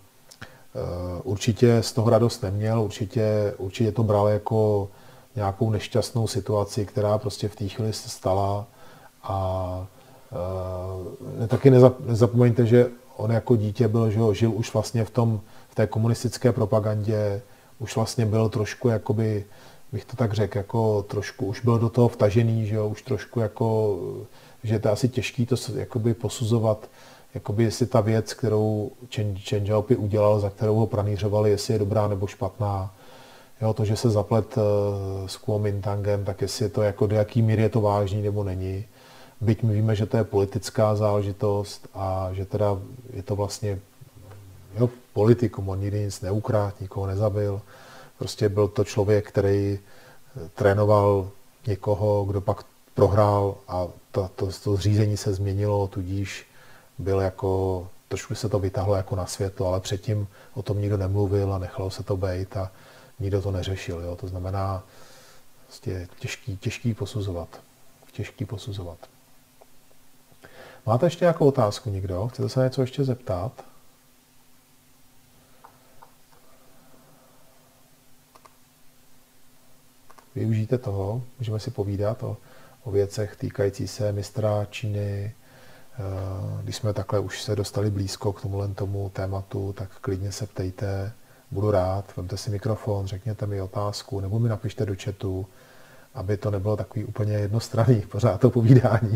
S1: určitě z toho radost neměl, určitě to bral jako nějakou nešťastnou situaci, která prostě v té chvíli se stala. A taky nezapomeňte, že on jako dítě byl, že ho žil už vlastně v té komunistické propagandě, už vlastně byl trošku, jakoby, bych to tak řekl, jako trošku, už byl do toho vtažený, že jo, už trošku jako, že je to asi těžký to jakoby posuzovat, jakoby jestli ta věc, kterou Chen Xiaoping udělal, za kterou ho pranýřovali, jestli je dobrá nebo špatná. Jo, to, že se zaplet s Kuomintangem, tak jestli je to jako do jaký míry je to vážný nebo není. Byť my víme, že to je politická záležitost a že teda je to vlastně politikum, on nikdy nic neukradl, nikoho nezabil. Prostě byl to člověk, který trénoval někoho, kdo pak prohrál a to řízení se změnilo, tudíž byl jako, trošku se to vytáhlo jako na světlo, ale předtím o tom nikdo nemluvil a nechalo se to bejt a nikdo to neřešil. Jo? To znamená, prostě těžký posuzovat. Těžký posuzovat. Máte ještě nějakou otázku někdo? Chcete se něco ještě zeptat? využijte toho, můžeme si povídat o věcech týkající se mistra Číny. Když jsme takhle už se dostali blízko k tomu tématu, tak klidně se ptejte, budu rád, vemte si mikrofon, řekněte mi otázku, nebo mi napište do chatu, aby to nebylo takový úplně jednostranný pořád to povídání.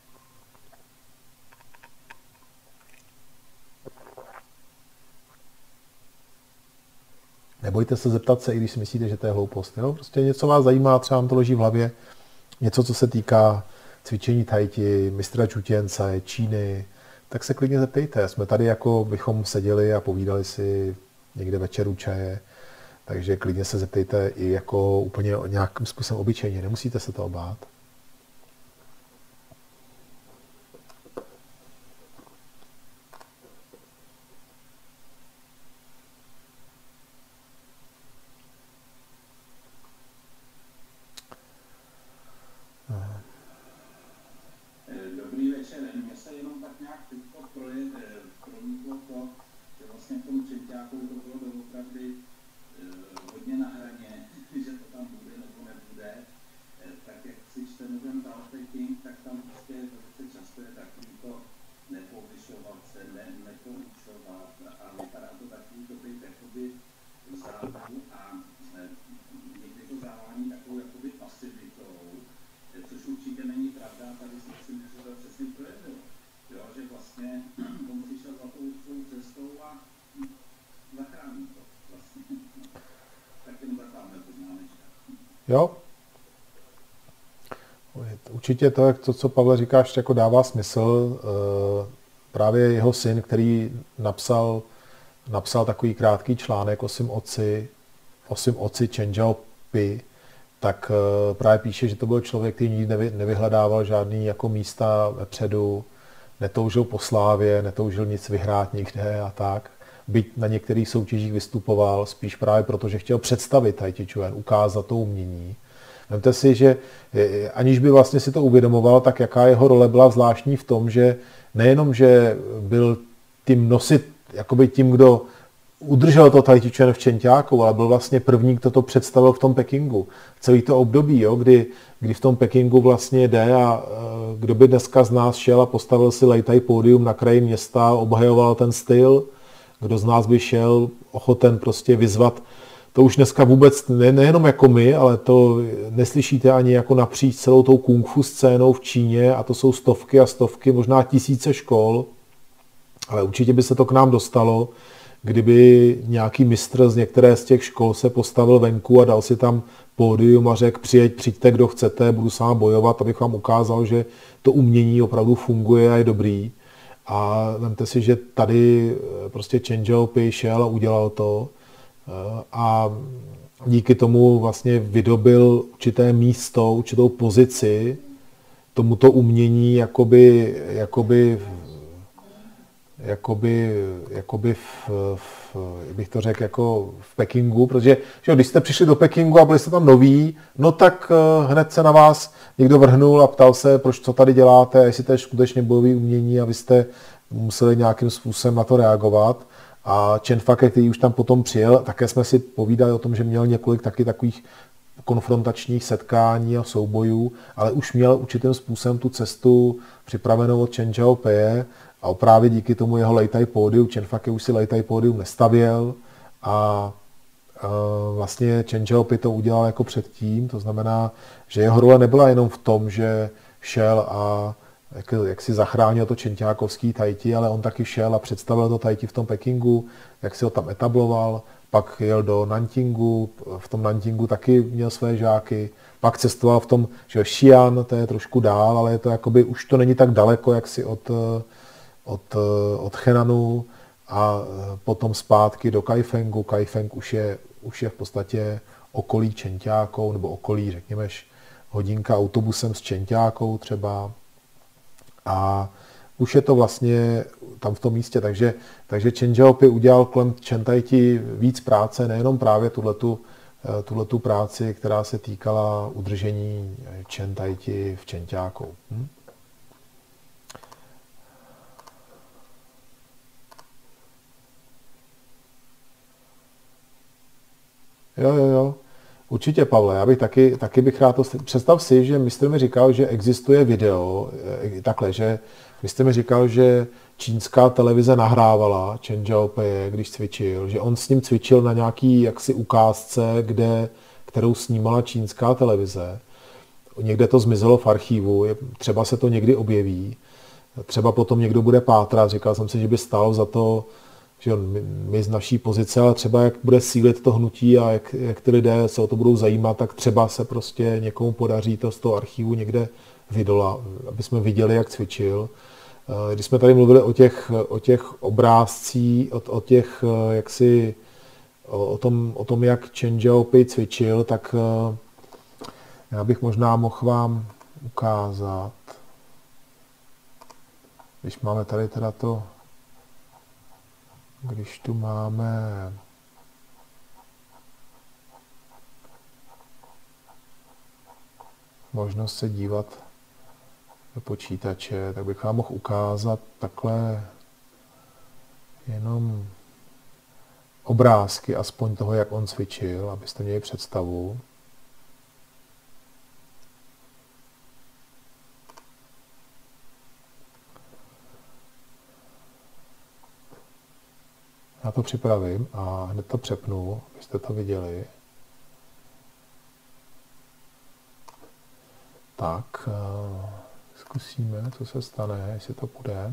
S1: Nebojte se zeptat se, i když si myslíte, že to je hloupost. Jo? Prostě něco vás zajímá, třeba vám to leží v hlavě, něco, co se týká cvičení tai chi, mistra Čutěnce, Číny, tak se klidně zeptejte. Jsme tady, jako bychom seděli a povídali si někde večer u čaje, takže klidně se zeptejte i jako úplně nějakým způsobem obyčejně, nemusíte se toho bát.
S2: Dobrý večer, mě se jenom tak nějak promítlo to, že vlastně v tom Čenťáku to bylo doopravdy hodně na hraně, že to tam bude nebo nebude. Tak jak si čteme ten Tao Te Ching, tak tam prostě velice často je takový to nepovyšovat se, nepoučovat a vypadá to takový to být jakoby závu a někdy to závání takovou jakoby pasivitou, což určitě není pravda, tady si myslím, že se to přesně projevilo. Jo, že vlastně on přišel za tou svou cestou a zachrání to vlastně. Tak jenom taková poznámečka.
S1: Jo? Určitě to, co Pavle říkáš, jako dává smysl. Právě jeho syn, který napsal takový krátký článek o svým otci Chen Zhaopi, tak právě píše, že to byl člověk, který nikdy nevyhledával žádný jako místa vepředu, netoužil po slávě, netoužil nic vyhrát nikde a tak. Byť na některých soutěžích vystupoval, spíš právě proto, že chtěl představit Tai Chi Chuan, ukázat to umění. Vemte si, že aniž by vlastně si to uvědomoval, tak jaká jeho role byla zvláštní v tom, že nejenom, že byl tím, kdo udržel to Tai Chi Chuan v Čenťáku, ale byl vlastně první, kdo to představil v tom Pekingu. Celý to období, jo, kdy v tom Pekingu vlastně jde a kdo by dneska z nás šel a postavil si Lejtaj pódium na kraji města, obhajoval ten styl, kdo z nás by šel ochoten prostě vyzvat. To už dneska vůbec nejenom jako my, ale to neslyšíte ani jako napříč celou tou kung fu scénou v Číně a to jsou stovky a stovky, možná tisíce škol, ale určitě by se to k nám dostalo, kdyby nějaký mistr z některé z těch škol se postavil venku a dal si tam pódium a řekl, přijďte, kdo chcete, budu s vámi bojovat, abych vám ukázal, že to umění opravdu funguje a je dobrý. A vemte si, že tady prostě Chen Zhaopi šel a udělal to a díky tomu vlastně vydobil určité místo, určitou pozici tomuto umění bych to řekl, jako v Pekingu, protože že když jste přišli do Pekingu a byli jste tam noví, no tak hned se na vás někdo vrhnul a ptal se, co tady děláte, jestli to je skutečně bojové umění a vy jste museli nějakým způsobem na to reagovat. A Chen Fake, který už tam potom přijel, také jsme si povídali o tom, že měl několik taky takových konfrontačních setkání a soubojů, ale už měl určitým způsobem tu cestu připravenou od Chen Zhaopie a právě díky tomu jeho Lejtaj pódium, Chen Fake už si Lejtaj pódium nestavěl a vlastně Chen Zhaopi to udělal jako předtím, to znamená, že jeho role nebyla jenom v tom, že šel a jak si zachránil to čenťákovský Tai Chi, ale on taky šel a představil to Tai Chi v tom Pekingu, jak si ho tam etabloval, pak jel do Nanjingu, v tom Nanjingu taky měl své žáky, pak cestoval v tom, že Xi'an, to je trošku dál, ale je to jakoby, už to není tak daleko, jak si od Henanu a potom zpátky do Kaifengu. Kaifeng už je v podstatě okolí Čenťákou, nebo okolí, řekněme, hodinka autobusem s Čenťákou třeba. A už je to vlastně tam v tom místě, takže Chen Zhaopi udělal kolem Chen Tai Chi víc práce, nejenom právě tuhletu práci, která se týkala udržení Chen Tai Chi v Čenťáku. Jo. Určitě, Pavle, já bych taky bych rád to... Představ si, že mistr mi říkal, že existuje video, takhle, že mistr mi říkal, že čínská televize nahrávala Chen Xiaopei, když cvičil, že on s ním cvičil na nějaký jaksi ukázce, kterou snímala čínská televize. Někde to zmizelo v archivu, třeba se to někdy objeví, třeba potom někdo bude pátrat, říkal jsem si, že by stálo za to, že my z naší pozice, ale třeba jak bude sílit to hnutí a jak ty lidé se o to budou zajímat, tak třeba se prostě někomu podaří to z toho archivu někde vydolat, aby jsme viděli, jak cvičil. Když jsme tady mluvili o těch obrázcích, o tom, jak Chen Xiaopei cvičil, tak já bych možná mohl vám ukázat, když máme tady teda to, když tu máme možnost se dívat do počítače, tak bych vám mohl ukázat takhle jenom obrázky aspoň toho, jak on cvičil, abyste měli představu. Já to připravím a hned to přepnu, abyste to viděli. Tak, zkusíme, co se stane, jestli to půjde.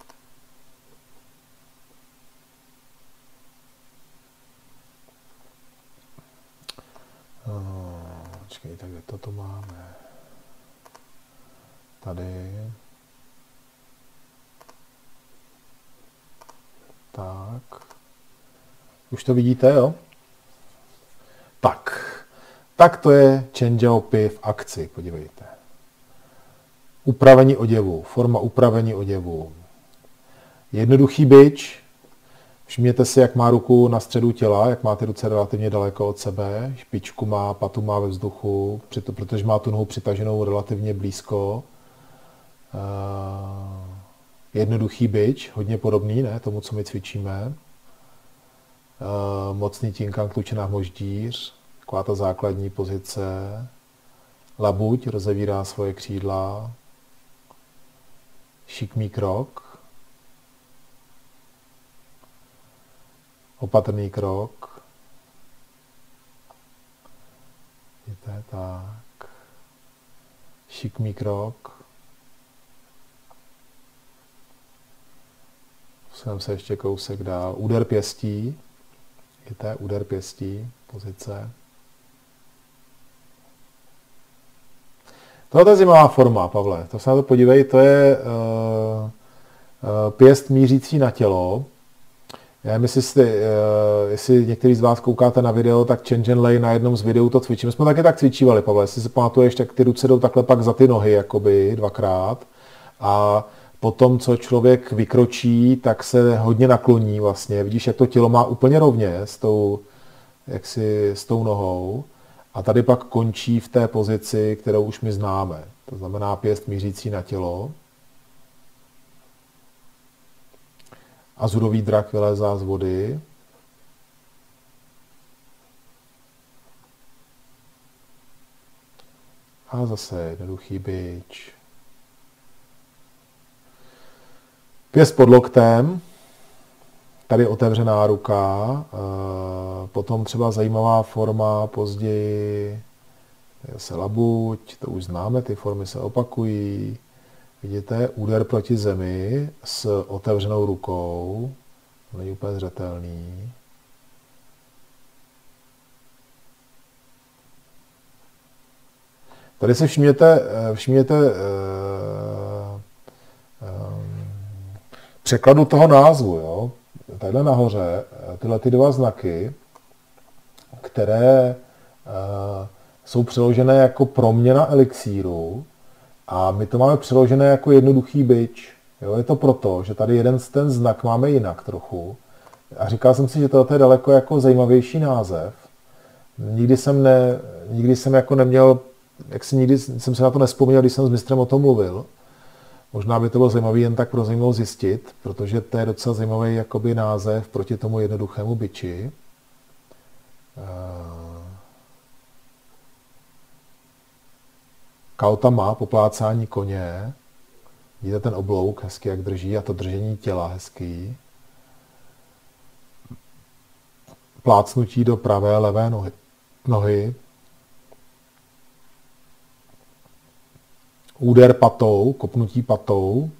S1: Počkej, tak kde to máme? Tady. Tak. Už to vidíte, jo? Tak to je Chen Xiaopei v akci, podívejte. Upravení oděvu, forma upravení oděvu. Jednoduchý bič. Všimněte si, jak má ruku na středu těla, jak má ty ruce relativně daleko od sebe. Špičku má, patu má ve vzduchu, protože má tu nohu přitaženou relativně blízko. Jednoduchý bič, hodně podobný, ne, tomu, co my cvičíme. Mocný tinkang, tlučená hmoždíř, taková ta základní pozice. Labuť rozevírá svoje křídla. Šikmý krok. Opatrný krok. Vidíte, tak. Šikmý krok. Posuneme se ještě kousek dál. Úder pěstí. Vidíte, úder pěstí, pozice. Tohle je zajímavá forma, Pavle. To se na to podívej, to je pěst mířící na tělo. Já nevím, jestli některý z vás koukáte na video, tak Chen Zhenlei na jednom z videů to cvičí. My jsme taky tak cvičívali, Pavle. Jestli si pamatuješ, tak ty ruce jdou takhle pak za ty nohy, jakoby dvakrát. A potom, co člověk vykročí, tak se hodně nakloní vlastně. Vidíš, jak to tělo má úplně rovně s tou nohou. A tady pak končí v té pozici, kterou už my známe. To znamená pěst mířící na tělo. Azurový drak vylézá z vody. A zase jednoduchý bič. Pěst pod loktem. Tady otevřená ruka. Potom třeba zajímavá forma později. Se labuť, to už známe, ty formy se opakují. Vidíte, úder proti zemi s otevřenou rukou. Není úplně zřetelný. Tady si všimněte překladu toho názvu. Jo? Tadyhle nahoře tyhle ty dva znaky, které jsou přeložené jako proměna elixíru, a my to máme přeložené jako jednoduchý bič. Jo, je to proto, že tady ten znak máme jinak trochu. A říkal jsem si, že to je daleko jako zajímavější název. Nikdy jsem jako neměl, nikdy jsem se na to nevzpomněl, když jsem s mistrem o tom mluvil. Možná by to bylo zajímavé jen tak pro zajímavou zjistit, protože to je docela zajímavý jakoby název proti tomu jednoduchému biči. Kaotama, poplácání koně. Vidíte ten oblouk hezky, jak drží, a to držení těla hezký. Plácnutí do pravé, levé nohy. Úder patou, kopnutí patou.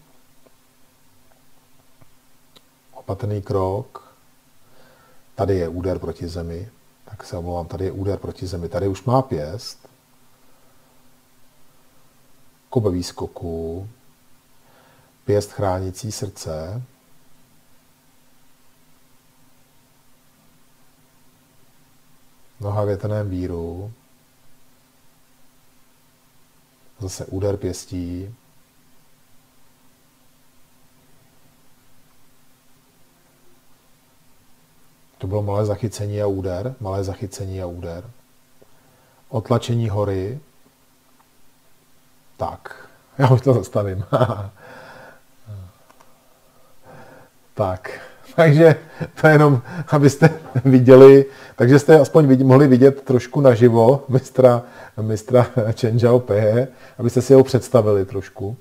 S1: Opatrný krok. Tady je úder proti zemi. Tak se omlouvám, tady je úder proti zemi. Tady už má pěst. Kobe výskoku. Pěst chránící srdce. Noha větrném víru. Zase úder pěstí. To bylo malé zachycení a úder. Malé zachycení a úder. Otlačení hory. Tak. Já už to zastavím. Tak. Takže to je jenom, abyste viděli, takže jste aspoň mohli vidět trošku naživo mistra Chen Xiaopé, abyste si ho představili trošku.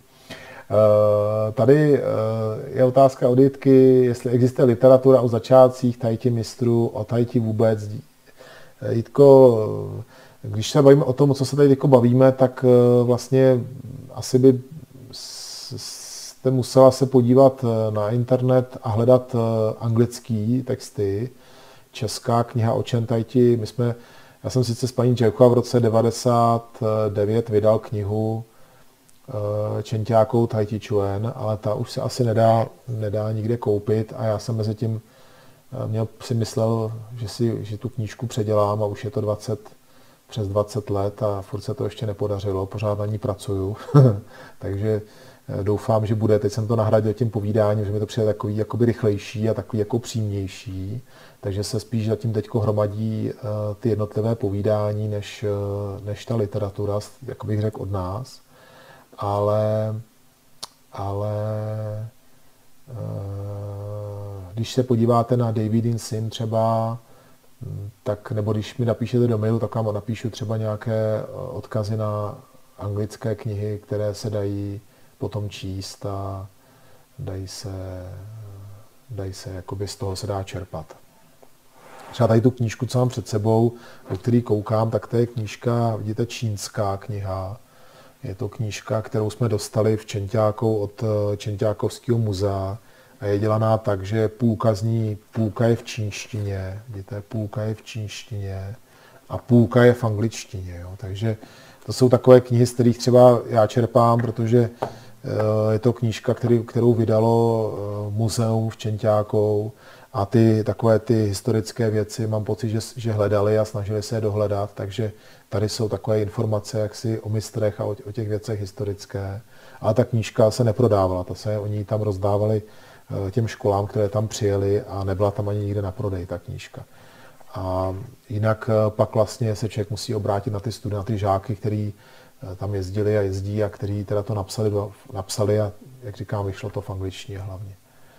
S1: Tady je otázka od Jitky, jestli existuje literatura o začátcích tai chi mistrů, o tai chi vůbec. Jitko, když se bavíme o tom, co se tady bavíme, tak vlastně asi by jste musela se podívat na internet a hledat anglické texty. Česká kniha o Chen Tai Chi. Já jsem sice s paní Čechova v roce 99 vydal knihu Čenťákou Tai Chi Chuan, ale ta už se asi nedá nikde koupit a já jsem mezi tím si myslel, že tu knížku předělám a už je to přes 20 let a furt se to ještě nepodařilo, pořád na ní pracuju, takže doufám, že bude. Teď jsem to nahradil tím povídáním, že mi to přijde takový jakoby rychlejší a takový jako přímější, takže se spíš zatím teďko hromadí ty jednotlivé povídání, než ta literatura, jak bych řekl, od nás. Ale když se podíváte na Davidin Sim třeba, tak, nebo když mi napíšete do mailu, tak vám napíšu třeba nějaké odkazy na anglické knihy, které se dají potom číst a dají se jakoby z toho se dá čerpat. Třeba tady tu knížku, co mám před sebou, o který koukám, tak to je knížka, vidíte, čínská kniha. Je to knížka, kterou jsme dostali v Čenťákou od Čenťákovského muzea a je dělaná tak, že půlka je v čínštině, vidíte, půlka je v čínštině a půlka je v angličtině. Jo. Takže to jsou takové knihy, z kterých třeba já čerpám, protože je to knížka, kterou vydalo muzeum v Čenťákou a takové ty historické věci mám pocit, že hledali a snažili se je dohledat, takže tady jsou takové informace jaksi o mistrech a o těch věcech historické. Ale ta knížka se neprodávala, oni tam rozdávali těm školám, které tam přijeli a nebyla tam ani nikde na prodej ta knížka. A jinak pak vlastně se člověk musí obrátit na ty studenty, na ty žáky, kteří tam jezdili a jezdí a kteří teda to napsali a, jak říkám, vyšlo to v angličtině hlavně.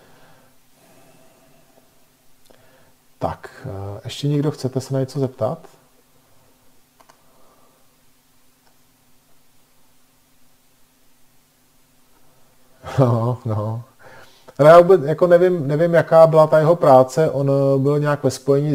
S1: Tak, ještě někdo chcete se na něco zeptat? No. Ale já vůbec jako nevím, jaká byla ta jeho práce. On byl nějak ve spojení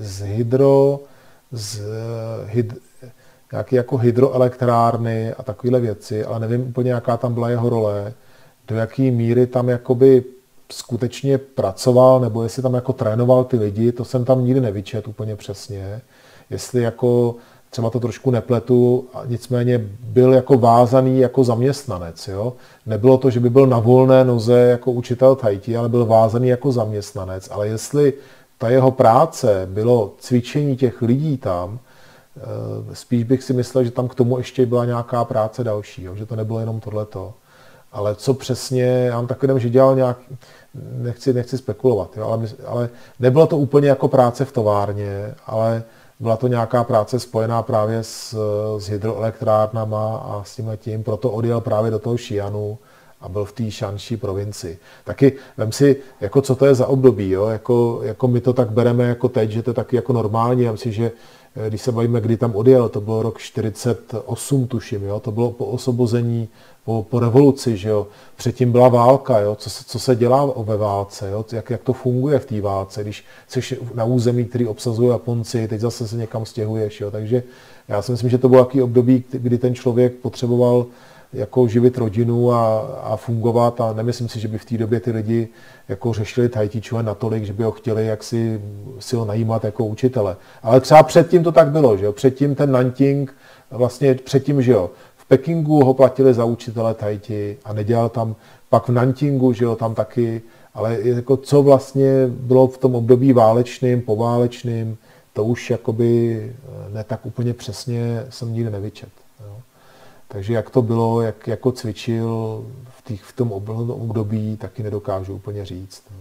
S1: nějaký jako hydroelektrárny a takovéhle věci, ale nevím úplně, jaká tam byla jeho role, do jaký míry tam jakoby skutečně pracoval, nebo jestli tam jako trénoval ty lidi, to jsem tam nikdy nevyčet úplně přesně. Jestli jako, třeba to trošku nepletu, nicméně byl jako vázaný jako zaměstnanec. Jo? Nebylo to, že by byl na volné noze jako učitel tai chi, ale byl vázaný jako zaměstnanec. Ale jestli ta jeho práce bylo cvičení těch lidí tam, spíš bych si myslel, že tam k tomu ještě byla nějaká práce další, jo? Že to nebylo jenom tohleto. Ale co přesně, já mám takový, že dělal nějak, nechci spekulovat, jo? Ale nebylo to úplně jako práce v továrně, ale byla to nějaká práce spojená právě s hydroelektrárnama a s tímhletím, proto odjel právě do toho Xi'anu a byl v té Shanxi provincii. Taky vem si, jako co to je za období, jo? Jako my to tak bereme jako teď, že to je taky jako normální, já myslím, že když se bavíme, kdy tam odjel, to bylo rok 48, tuším, jo? To bylo po osvobození, po revoluci, že jo? Předtím byla válka, jo? Co se dělá ve válce, jo? Jak to funguje v té válce, když jsi na území, který obsazují Japonci, teď zase se někam stěhuješ, jo? Takže já si myslím, že to bylo takový období, kdy ten člověk potřeboval jako živit rodinu a fungovat a nemyslím si, že by v té době ty lidi jako řešili Tai Chi Chuan natolik, že by ho chtěli jaksi si ho najímat jako učitele. Ale třeba předtím to tak bylo, že jo? Předtím ten Nanjing, vlastně předtím, že jo, v Pekingu ho platili za učitele Tai Chi a nedělal tam, pak v Nanjingu, že jo, tam taky, ale jako co vlastně bylo v tom období válečným, poválečným, to už jakoby ne tak úplně přesně jsem nikdy nevyčet. Jo? Takže jak to bylo, jak jako cvičil v tom období, taky nedokážu úplně říct. No.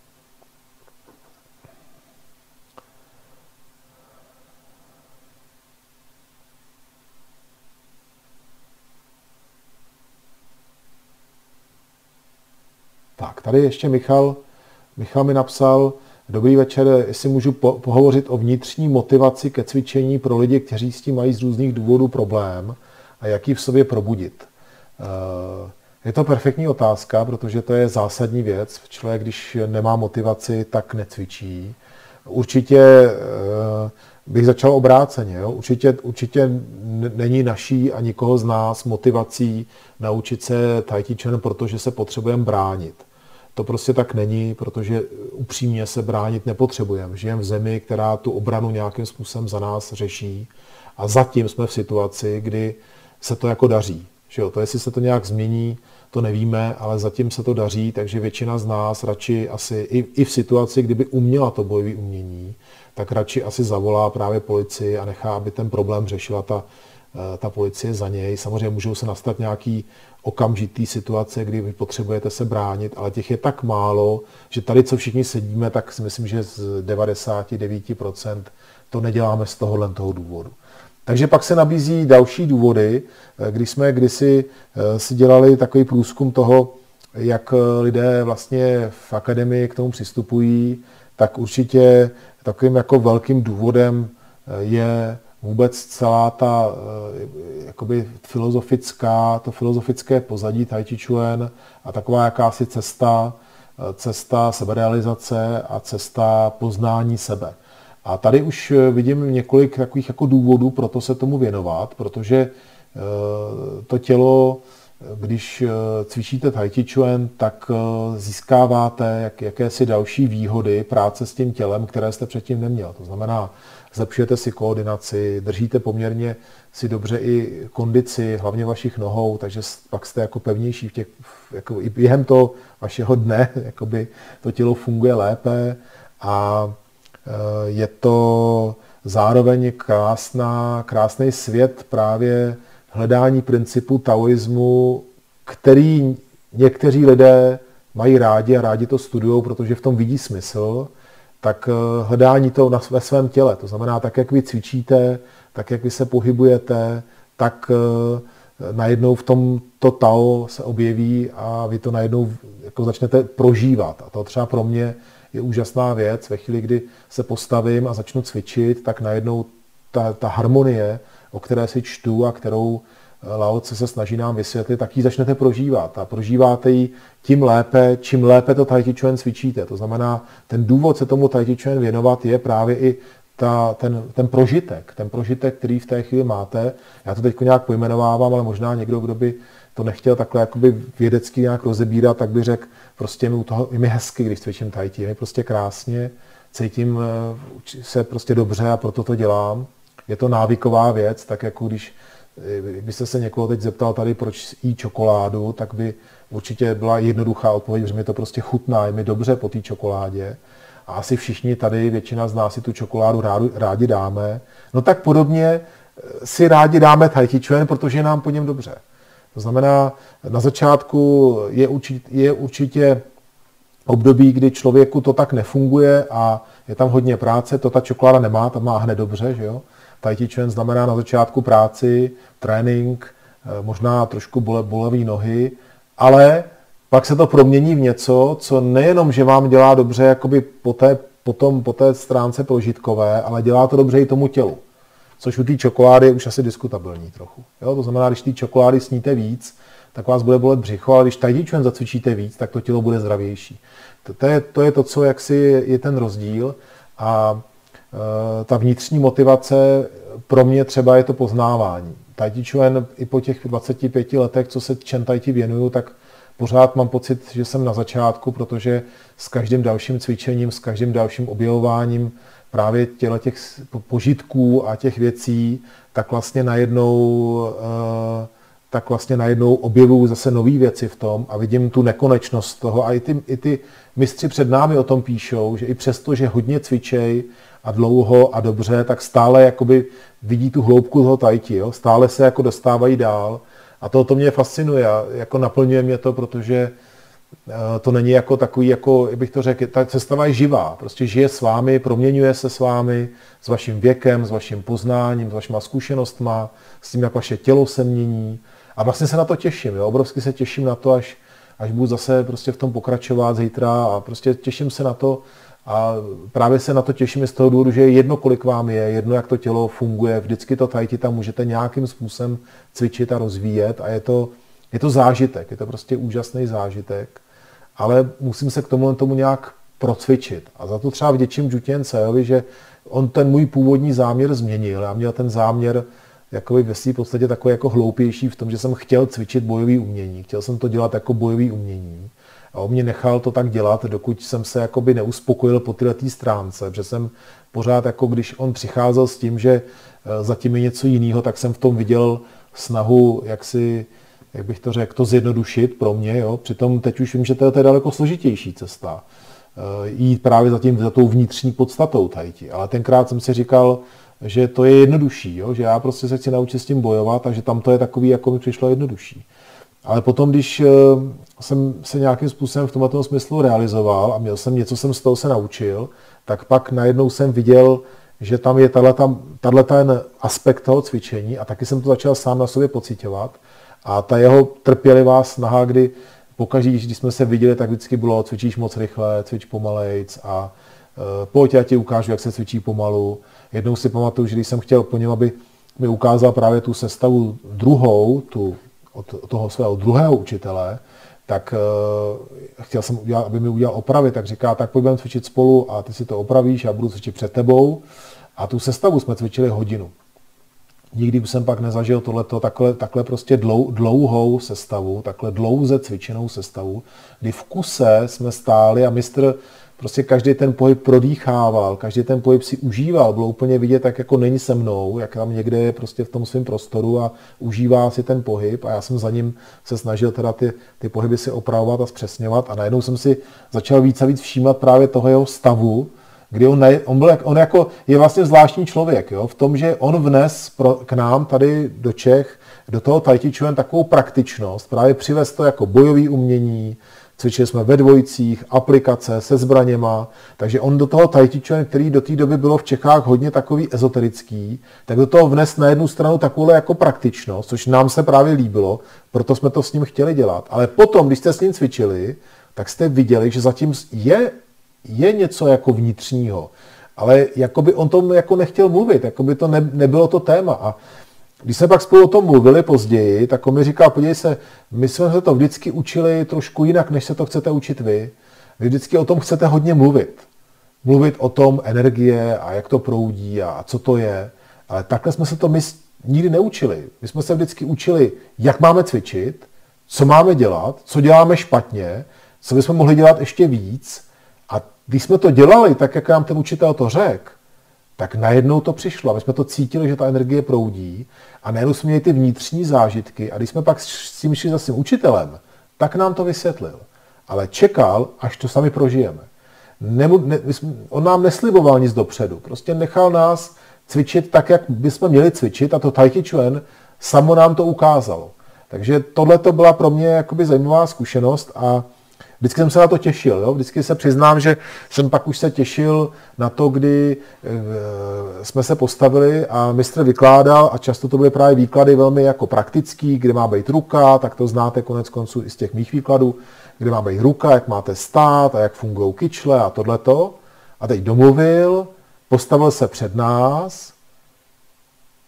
S1: Tak, tady ještě Michal mi napsal, dobrý večer, jestli můžu pohovořit o vnitřní motivaci ke cvičení pro lidi, kteří s tím mají z různých důvodů problém a jak ji v sobě probudit. Je to perfektní otázka, protože to je zásadní věc. Člověk, když nemá motivaci, tak necvičí. Určitě bych začal obráceně. Jo? Určitě není naší a nikoho z nás motivací naučit se Tai Chi Chuan, protože se potřebujeme bránit. To prostě tak není, protože upřímně se bránit nepotřebujeme. Žijeme v zemi, která tu obranu nějakým způsobem za nás řeší a zatím jsme v situaci, kdy se to jako daří. Že jo? To, jestli se to nějak změní, to nevíme, ale zatím se to daří, takže většina z nás radši asi i v situaci, kdyby uměla to bojové umění, tak radši asi zavolá právě policii a nechá, aby ten problém řešila ta policie za něj. Samozřejmě můžou se nastat nějaký okamžitý situace, kdy vy potřebujete se bránit, ale těch je tak málo, že tady, co všichni sedíme, tak si myslím, že z 99% to neděláme z toho důvodu. Takže pak se nabízí další důvody. Když jsme kdysi si dělali takový průzkum toho, jak lidé vlastně v akademii k tomu přistupují, tak určitě takovým jako velkým důvodem je vůbec celá ta jakoby filozofické pozadí Tai Chi Chuan a taková jakási cesta seberealizace a cesta poznání sebe. A tady už vidím několik takových jako důvodů pro to se tomu věnovat, protože to tělo, když cvičíte Tai Chi Chuan, tak získáváte jakési další výhody práce s tím tělem, které jste předtím neměl. To znamená, zlepšujete si koordinaci, držíte poměrně si dobře i kondici, hlavně vašich nohou, takže pak jste jako pevnější jako i během toho vašeho dne, jakoby to tělo funguje lépe a je to zároveň krásný svět právě hledání principu taoismu, který někteří lidé mají rádi a rádi to studují, protože v tom vidí smysl, tak hledání to ve svém těle. To znamená, tak, jak vy cvičíte, tak, jak vy se pohybujete, tak najednou v tomto Tao se objeví a vy to najednou jako začnete prožívat. A to třeba pro mě je úžasná věc. Ve chvíli, kdy se postavím a začnu cvičit, tak najednou ta harmonie, o které si čtu a kterou Lao Tse se snaží nám vysvětlit, tak ji začnete prožívat. A prožíváte ji tím lépe, čím lépe to Tai Chi Chuan cvičíte. To znamená, ten důvod se tomu Tai Chi Chuan věnovat je právě i ten prožitek, který v té chvíli máte. Já to teď nějak pojmenovávám, ale možná někdo, kdo by to nechtěl takhle jakoby vědecky nějak rozebírat, tak by řekl, prostě je mi hezky, když cvičím Tai Chi, je mi prostě krásně, cítím se prostě dobře a proto to dělám. Je to návyková věc, tak jako když byste se někoho teď zeptal tady, proč jí čokoládu, tak by určitě byla jednoduchá odpověď, že mi to prostě chutná, je mi dobře po té čokoládě. A asi všichni tady, většina z nás si tu čokoládu rádi dáme. No tak podobně si rádi dáme Tai Chi Chuan, protože je nám po něm dobře. To znamená, na začátku je určitě období, kdy člověku to tak nefunguje a je tam hodně práce, to ta čokoláda nemá, ta má hned dobře, že jo. Tai Chi Chuan znamená na začátku práci, trénink, možná trošku bolavý nohy, ale pak se to promění v něco, co nejenom, že vám dělá dobře jakoby po té stránce prožitkové, ale dělá to dobře i tomu tělu. což u té čokolády je už asi diskutabilní trochu. Jo? To znamená, když té čokolády sníte víc, tak vás bude bolet břicho, ale když Tai Chi Chuan zacvičíte víc, tak to tělo bude zdravější. To je to, co jaksi je ten rozdíl a ta vnitřní motivace pro mě třeba je to poznávání. Tai Chi Chuan i po těch 25 letech, co se Chen Tai Chi věnuju, tak pořád mám pocit, že jsem na začátku, protože s každým dalším cvičením, s každým dalším objevováním právě těch požitků a těch věcí, tak vlastně najednou objevuju zase nové věci v tom a vidím tu nekonečnost toho. A i ty mistři před námi o tom píšou, že i přesto, že hodně cvičej a dlouho a dobře, tak stále jakoby vidí tu hloubku toho tai chi, jo? Stále se jako dostávají dál. A to mě fascinuje a jako naplňuje mě to, protože to není jako takový, jako bych to řekl, ta cesta je živá. Prostě žije s vámi, proměňuje se s vámi, s vaším věkem, s vaším poznáním, s vašima zkušenostma, s tím, jak vaše tělo se mění. A vlastně se na to těším, jo? Obrovsky se těším na to, až budu zase prostě v tom pokračovat zítra a prostě těším se na to a právě se na to těším z toho důvodu, že je jedno, kolik vám je, jedno, jak to tělo funguje, vždycky to tai chi tam můžete nějakým způsobem cvičit a rozvíjet a je to zážitek, je to prostě úžasný zážitek, ale musím se k tomu nějak procvičit a za to třeba vděčím Judien Caovi, že on ten můj původní záměr změnil, já měl ten záměr jakoby ve svým podstatě takový jako hloupější v tom, že jsem chtěl cvičit bojové umění. Chtěl jsem to dělat jako bojové umění. A on mě nechal to tak dělat, dokud jsem se jakoby neuspokojil po této stránce. Protože jsem pořád, jako když on přicházel s tím, že zatím je něco jiného, tak jsem v tom viděl snahu, jak bych to řekl, to zjednodušit pro mě. Jo? Přitom teď už vím, že to je daleko složitější cesta. Jít právě za tou vnitřní podstatou tai chi. Ale tenkrát jsem si říkal, že to je jednodušší, jo? Že já prostě se chci naučit s tím bojovat, takže tam to je takový, jako mi přišlo jednodušší. Ale potom, když jsem se nějakým způsobem v tomto smyslu realizoval a měl jsem něco, jsem z toho se naučil, tak pak najednou jsem viděl, že tam je ten aspekt toho cvičení a taky jsem to začal sám na sobě pociťovat. A ta jeho trpělivá snaha, kdy pokaždé, když jsme se viděli, tak vždycky bylo cvičíš moc rychle, cvič pomalejc a pojď, já ti ukážu, jak se cvičí pomalu. Jednou si pamatuju, že když jsem chtěl po něm, aby mi ukázal právě tu sestavu druhou, od toho svého druhého učitele, tak chtěl jsem aby mi udělal opravy, tak říká, tak pojďme cvičit spolu a ty si to opravíš, já budu cvičit před tebou. A tu sestavu jsme cvičili hodinu. Nikdy už jsem pak nezažil tohleto, takhle prostě dlouhou sestavu, takhle dlouze cvičenou sestavu, kdy v kuse jsme stáli a mistr prostě každý ten pohyb prodýchával, každý ten pohyb si užíval, bylo úplně vidět, tak jako není se mnou, jak tam někde je prostě v tom svém prostoru a užívá si ten pohyb a já jsem za ním se snažil teda ty pohyby si opravovat a zpřesňovat a najednou jsem si začal víc a víc všímat právě toho jeho stavu, kdy on jako je vlastně zvláštní člověk, jo, v tom, že on vnes k nám tady do Čech, do toho Tai Chi Chuan takovou praktičnost, právě přivez to jako bojové umění, cvičili jsme ve dvojicích, aplikace se zbraněma, takže on do toho Tai Chi Chuan, který do té doby bylo v Čechách hodně takový ezoterický, tak do toho vnes na jednu stranu takovou jako praktičnost, což nám se právě líbilo, proto jsme to s ním chtěli dělat. Ale potom, když jste s ním cvičili, tak jste viděli, že zatím je něco jako vnitřního, ale jakoby on tomu jako nechtěl mluvit, jakoby to nebylo to téma. A když jsme pak spolu o tom mluvili později, tak on mi říkal, podívej se, my jsme se to vždycky učili trošku jinak, než se to chcete učit vy. Vy vždycky o tom chcete hodně mluvit. Mluvit o tom energie a jak to proudí a co to je. Ale takhle jsme se to my nikdy neučili. My jsme se vždycky učili, jak máme cvičit, co máme dělat, co děláme špatně, co bychom mohli dělat ještě víc. A když jsme to dělali tak, jak nám ten učitel to řekl, tak najednou to přišlo. A my jsme to cítili, že ta energie proudí a najednou jsme měli ty vnitřní zážitky a když jsme pak s tím šli za svým učitelem, tak nám to vysvětlil. Ale čekal, až to sami prožijeme. On nám nesliboval nic dopředu. Prostě nechal nás cvičit tak, jak bychom měli cvičit a to Tai Chi Chuan samo nám to ukázalo. Takže tohle to byla pro mě jakoby zajímavá zkušenost a vždycky jsem se na to těšil. Jo? Vždycky se přiznám, že jsem pak už se těšil na to, kdy jsme se postavili a mistr vykládal a často to byly právě výklady velmi jako praktický, kde má být ruka, tak to znáte konec konců i z těch mých výkladů, kde má být ruka, jak máte stát a jak fungují kyčle a tohleto. A teď domluvil, postavil se před nás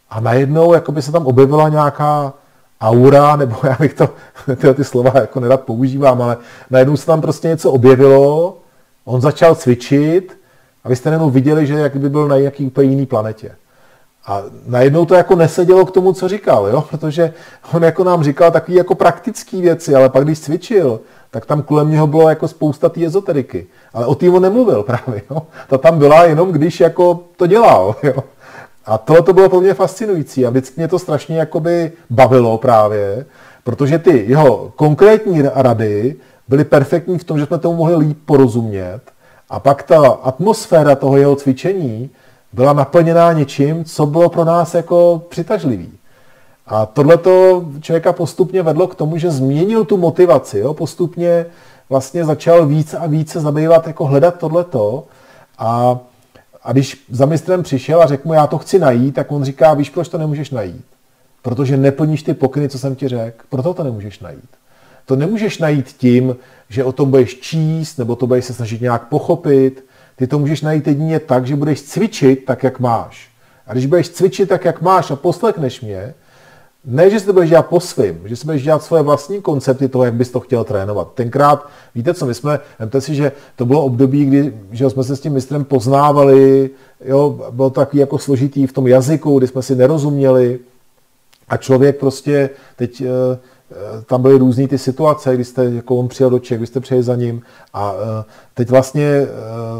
S1: a najednou jako by se tam objevila nějaká aura, nebo já bych ty slova jako nerad používám, ale najednou se tam prostě něco objevilo, on začal cvičit a vy jste najednou viděli, že jak by byl na nějaký úplně jiný planetě. A najednou to jako nesedělo k tomu, co říkal, jo? Protože on jako nám říkal takové jako praktické věci, ale pak když cvičil, tak tam kolem něho bylo jako spousta té ezoteriky. Ale o tým on nemluvil právě, jo? Ta tam byla jenom, když jako to dělal, jo? A tohle to bylo pro mě fascinující a vždycky mě to strašně jakoby bavilo právě, protože ty jeho konkrétní rady byly perfektní v tom, že jsme tomu mohli líp porozumět a pak ta atmosféra toho jeho cvičení byla naplněná něčím, co bylo pro nás jako přitažlivý. A tohleto člověka postupně vedlo k tomu, že změnil tu motivaci, jo? Postupně vlastně začal více a více zabývat, jako hledat tohleto a když za mistrem přišel a řekl mu, já to chci najít, tak on říká, víš, proč to nemůžeš najít? Protože neplníš ty pokyny, co jsem ti řekl, proto to nemůžeš najít. To nemůžeš najít tím, že o tom budeš číst, nebo to budeš se snažit nějak pochopit. Ty to můžeš najít jedině tak, že budeš cvičit tak, jak máš. A když budeš cvičit tak, jak máš a poslechneš mě, ne, že si to budeš dělat po svým, že si budeš dělat svoje vlastní koncepty toho, jak bys to chtěl trénovat. Tenkrát, víte co, vemte si, že to bylo období, kdy že jsme se s tím mistrem poznávali, jo, bylo to takový jako složitý v tom jazyku, kdy jsme si nerozuměli a člověk prostě, teď tam byly různý ty situace, kdy jste, jako on přijel do Čech, vy jste přijeli za ním a teď vlastně,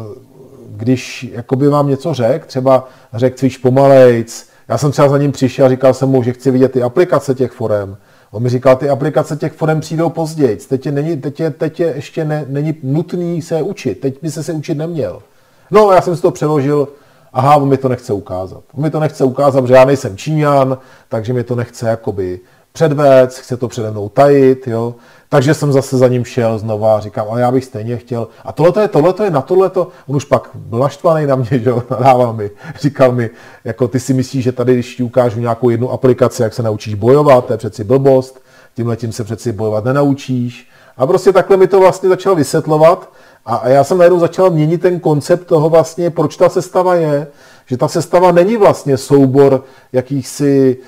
S1: když jakoby vám něco třeba řekl cvič pomalejc, já jsem třeba za ním přišel a říkal jsem mu, že chci vidět ty aplikace těch forem. On mi říkal, ty aplikace těch forem přijdou později. Teď je ještě není nutný se učit. Teď by se učit neměl. No, já jsem si to přeložil. Aha, on mi to nechce ukázat. On mi to nechce ukázat, protože já nejsem Číňan, takže mi to nechce jakoby předvést, chce to přede mnou tajit, jo. Takže jsem zase za ním šel znova a říkám, ale já bych stejně chtěl. A tohleto je na tohleto. On už pak byl naštvaný na mě, že jo, nadával mi. Říkal mi, jako ty si myslíš, že tady, když ti ukážu nějakou jednu aplikaci, jak se naučíš bojovat, to je přeci blbost, tímhletím se přeci bojovat nenaučíš. A prostě takhle mi to vlastně začal vysvětlovat a já jsem najednou začal měnit ten koncept toho vlastně, proč ta sestava je, že ta sestava není vlastně soubor jakýchsi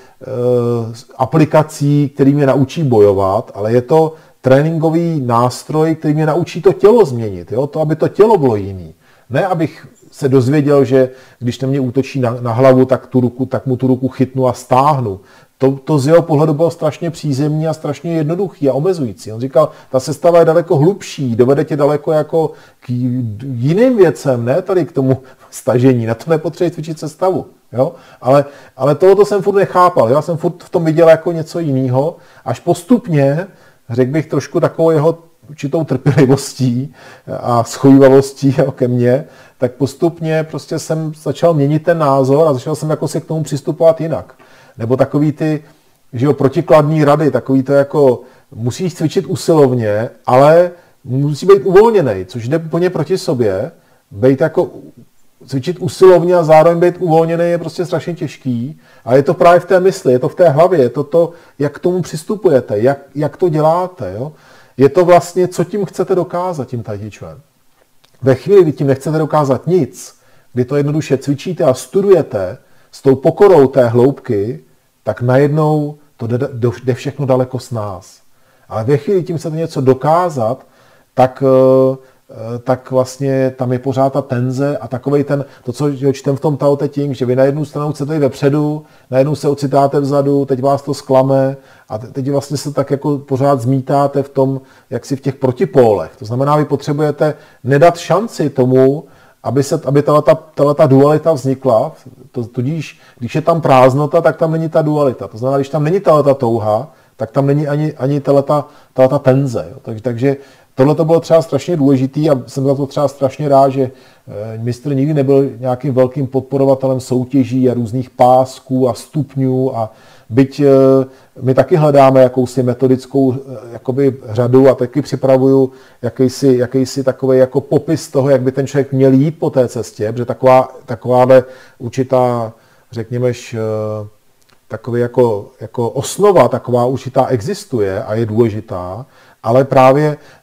S1: aplikací, který mě naučí bojovat, ale je to tréninkový nástroj, který mě naučí to tělo změnit, jo? To, aby to tělo bylo jiný. Ne, abych se dozvěděl, že když na mě útočí na hlavu, tak mu tu ruku chytnu a stáhnu. To z jeho pohledu bylo strašně přízemní a strašně jednoduchý a omezující. On říkal, ta sestava je daleko hlubší, dovede tě daleko jako k jiným věcem, ne tady k tomu stažení. Na to nepotřebuje cvičit sestavu. Jo? Ale tohoto jsem furt nechápal. Já jsem furt v tom viděl jako něco jiného. Až postupně, řekl bych trošku takovou jeho určitou trpělivostí a schovívavostí ke mně, tak postupně prostě jsem začal měnit ten názor a začal jsem jako se k tomu přistupovat jinak. Nebo takový ty, že jo, protikladní rady, takový to jako musíš cvičit usilovně, ale musí být uvolněnej, což jde úplně proti sobě. Být jako cvičit usilovně a zároveň být uvolněný je prostě strašně těžký. A je to právě v té mysli, je to v té hlavě, je to, jak k tomu přistupujete, jak to děláte. Jo? Je to vlastně, co tím chcete dokázat, tím tai chi chuan. Ve chvíli, kdy tím nechcete dokázat nic, kdy to jednoduše cvičíte a studujete s tou pokorou té hloubky, tak najednou to jde všechno daleko s nás. Ale ve chvíli, tím chcete něco dokázat, tak vlastně tam je pořád ta tenze a takovej to, co čtem v tom Tao Te Ching, že vy na jednu stranu chcete jít vepředu, na jednu se ocitáte vzadu, teď vás to zklame a teď vlastně se tak jako pořád zmítáte v tom, jak si v těch protipólech. To znamená, vy potřebujete nedat šanci tomu, aby ta dualita vznikla, tudíž, když je tam prázdnota, tak tam není ta dualita. To znamená, když tam není ta touha, tak tam není ani ta tenze. Jo. Takže tohle to bylo třeba strašně důležitý a jsem za to třeba strašně rád, že mistr nikdy nebyl nějakým velkým podporovatelem soutěží a různých pásků a stupňů a byť my taky hledáme jakousi metodickou jakoby řadu a taky připravuju jakýsi takový jako popis toho, jak by ten člověk měl jít po té cestě, protože takováhle určitá, řekněme, takový jako osnova, taková určitá existuje a je důležitá, ale právě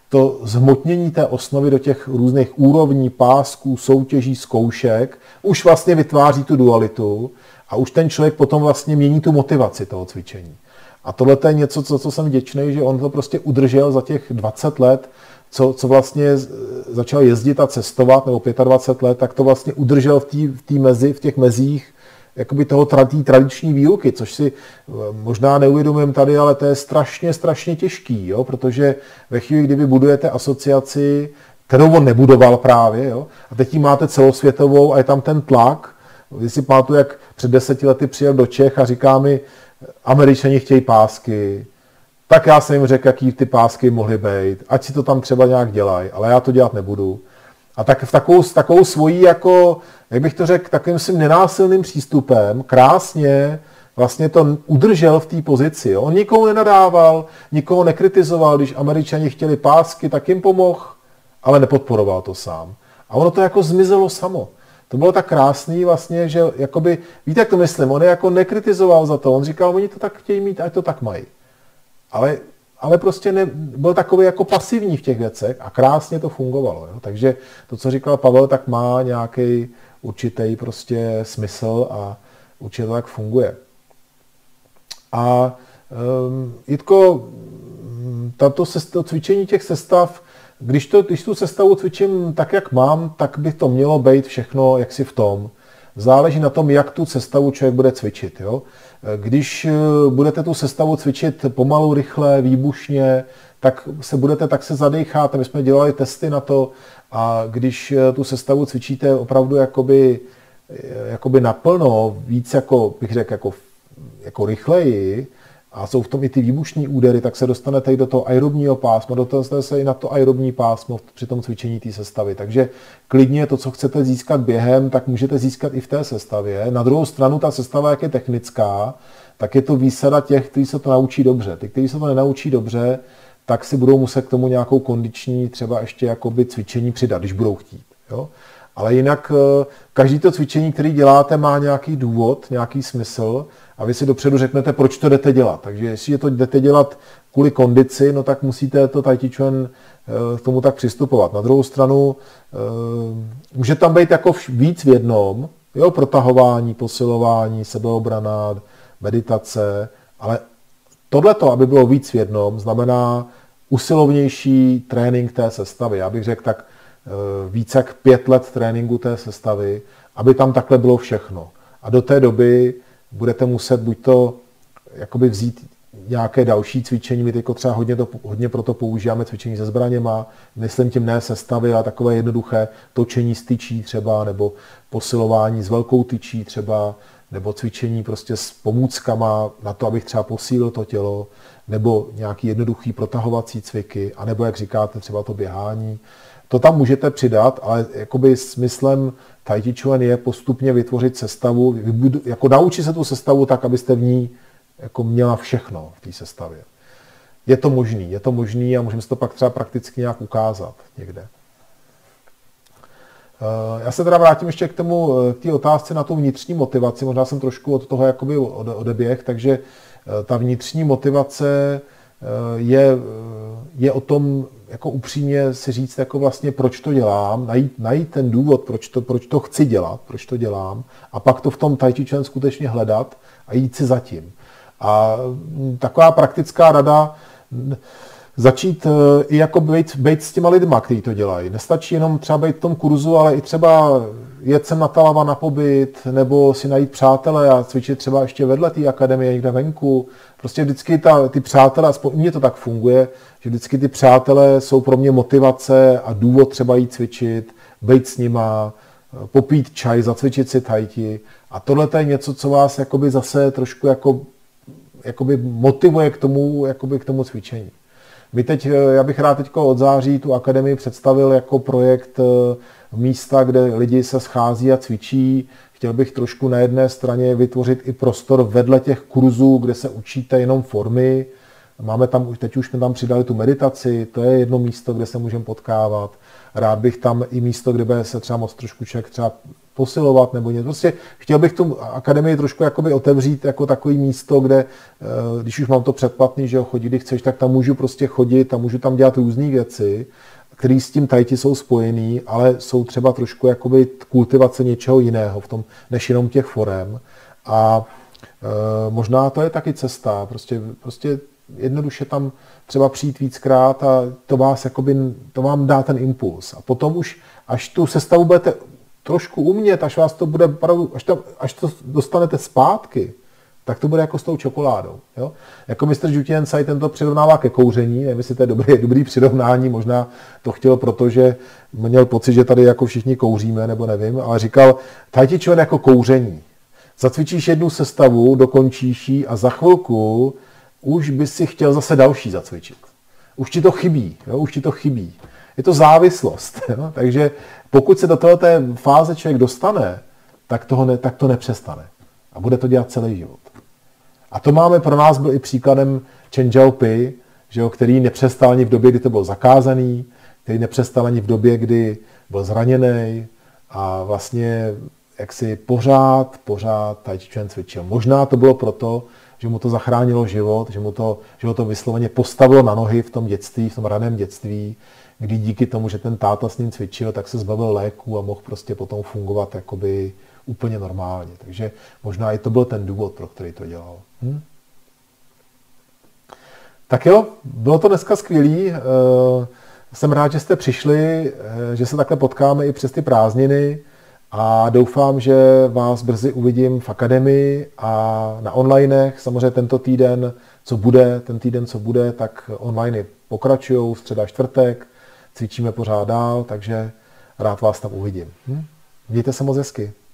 S1: to zhmotnění té osnovy do těch různých úrovní, pásků, soutěží, zkoušek, už vlastně vytváří tu dualitu a už ten člověk potom vlastně mění tu motivaci toho cvičení. A tohle je něco, co jsem vděčný, že on to prostě udržel za těch 20 let, co vlastně začal jezdit a cestovat, nebo 25 let, tak to vlastně udržel v těch mezích jakoby té tradiční výuky, což si možná neuvědomujeme tady, ale to je strašně těžký, jo? Protože ve chvíli, kdyby budujete asociaci, kterou on nebudoval právě, jo? A teď ji máte celosvětovou a je tam ten tlak, když si pamatuju, jak před 10 lety přijel do Čech a říká mi, Američani chtějí pásky, tak já jsem jim řekl, jaký ty pásky mohly být, ať si to tam třeba nějak dělají, ale já to dělat nebudu. A tak s takovou svojí, jako, jak bych to řekl, takovým svým nenásilným přístupem, krásně vlastně to udržel v té pozici. Jo. On nikoho nenadával, nikoho nekritizoval, když Američani chtěli pásky, tak jim pomohl, ale nepodporoval to sám. A ono to jako zmizelo samo. To bylo tak krásný vlastně, že jakoby, víte, jak to myslím, on je jako nekritizoval za to, on říkal, oni to tak chtějí mít, ať to tak mají. Ale prostě byl takový jako pasivní v těch věcech a krásně to fungovalo. Jo? Takže to, co říkal Pavel, tak má nějaký určitý prostě smysl a určitě to tak funguje. A Jitko, to cvičení těch sestav, když tu sestavu cvičím tak, jak mám, tak by to mělo být všechno jaksi v tom. Záleží na tom, jak tu sestavu člověk bude cvičit. Jo? Když budete tu sestavu cvičit pomalu, rychle, výbušně, tak se zadecháte. My jsme dělali testy na to a když tu sestavu cvičíte opravdu jakoby naplno, víc jako, bych řekl, jako rychleji, a jsou v tom i ty výbušní údery, tak se dostanete i do toho aerobního pásma, dostanete se i na to aerobní pásmo při tom cvičení té sestavy. Takže klidně to, co chcete získat během, tak můžete získat i v té sestavě. Na druhou stranu ta sestava, jak je technická, tak je to výsada těch, kteří se to naučí dobře. Ty, kteří se to nenaučí dobře, tak si budou muset k tomu nějakou kondiční třeba ještě jakoby cvičení přidat, když budou chtít. Jo? Ale jinak každý to cvičení, který děláte, má nějaký důvod, nějaký smysl a vy si dopředu řeknete, proč to jdete dělat. Takže jestli to jdete dělat kvůli kondici, no tak musíte to Tai Chi Chuan k tomu tak přistupovat. Na druhou stranu může tam být jako víc v jednom, jo, protahování, posilování, sebeobrana, meditace, ale tohleto, aby bylo víc v jednom, znamená usilovnější trénink té sestavy. Já bych řekl tak více jak 5 let tréninku té sestavy, aby tam takhle bylo všechno. A do té doby budete muset buď to jakoby vzít nějaké další cvičení, my teď třeba hodně proto používáme cvičení se zbraněma, myslím tím ne sestavy, ale takové jednoduché točení s tyčí třeba, nebo posilování s velkou tyčí třeba, nebo cvičení prostě s pomůckama na to, abych třeba posílil to tělo, nebo nějaký jednoduchý protahovací cviky, anebo jak říkáte, třeba to běhání. To tam můžete přidat, ale jakoby smyslem Tai Chi Chuan je postupně vytvořit sestavu, jako naučit se tu sestavu tak, abyste v ní jako měla všechno v té sestavě. Je to možný a můžeme si to pak třeba prakticky nějak ukázat někde. Já se teda vrátím ještě k té otázce na tu vnitřní motivaci. Možná jsem trošku od toho jakoby odeběh, takže ta vnitřní motivace je o tom jako upřímně si říct, jako vlastně proč to dělám, najít ten důvod, proč to chci dělat, proč to dělám a pak to v tom Tai Chi Chuan skutečně hledat a jít si za tím. A taková praktická rada, začít i jako být s těma lidma, kteří to dělají. Nestačí jenom třeba být v tom kurzu, ale i třeba jet sem na Talava na pobyt, nebo si najít přátele a cvičit třeba ještě vedle té akademie někde venku. Prostě vždycky ty přátelé, aspoň mně to tak funguje, že vždycky ty přátelé jsou pro mě motivace a důvod třeba jít cvičit, být s nima, popít čaj, zacvičit si tai chi. A tohle je něco, co vás jakoby zase trošku jakoby motivuje k tomu cvičení. Já bych rád teď od září tu akademii představil jako projekt místa, kde lidi se schází a cvičí. Chtěl bych trošku na jedné straně vytvořit i prostor vedle těch kurzů, kde se učíte jenom formy. Teď už jsme tam přidali tu meditaci, to je jedno místo, kde se můžeme potkávat. Rád bych tam i místo, kde bude se třeba moc trošku člověk třeba posilovat nebo něco. Prostě chtěl bych tu akademii trošku jakoby otevřít jako takový místo, kde, když už mám to předplatný, že jo, chodit, když chceš, tak tam můžu prostě chodit a můžu tam dělat různé věci, které s tím tajti jsou spojený, ale jsou třeba trošku jakoby kultivace něčeho jiného v tom, než jenom těch forem. A možná to je taky cesta, prostě jednoduše tam třeba přijít víckrát a to vám dá ten impuls. A potom už, až tu sestavu budete trošku umět, až vás to bude, až to dostanete zpátky, tak to bude jako s tou čokoládou. Jo? Jako Mr. Juti, ten to přirovnává ke kouření, nevím, jestli to je dobrý přirovnání, možná to chtěl, protože měl pocit, že tady jako všichni kouříme, nebo nevím, ale říkal, Tai Chi Chuan jako kouření. Zacvičíš jednu sestavu, dokončíš ji a za chvilku už by si chtěl zase další zacvičit. Už ti to chybí, jo? Už ti to chybí. Je to závislost. Jo? Takže pokud se do této fáze člověk dostane, tak to nepřestane. A bude to dělat celý život. A to máme pro nás byl i příkladem Chen Zhaopei, že jo, který nepřestal ani v době, kdy to bylo zakázaný, který nepřestal ani v době, kdy byl zraněný a vlastně jaksi pořád Tai Chi Chuan cvičil. Možná to bylo proto, že mu to zachránilo život, že ho to vysloveně postavilo na nohy v tom dětství, v tom raném dětství, kdy díky tomu, že ten táta s ním cvičil, tak se zbavil léků a mohl prostě potom fungovat jakoby úplně normálně. Takže možná i to byl ten důvod, pro který to dělal. Tak jo, bylo to dneska skvělý. Jsem rád, že jste přišli, že se takhle potkáme i přes ty prázdniny a doufám, že vás brzy uvidím v akademii a na onlinech. Samozřejmě tento týden, co bude, tak online pokračujou, středa, čtvrtek, cvičíme pořád dál, takže rád vás tam uvidím. Mějte se moc hezky.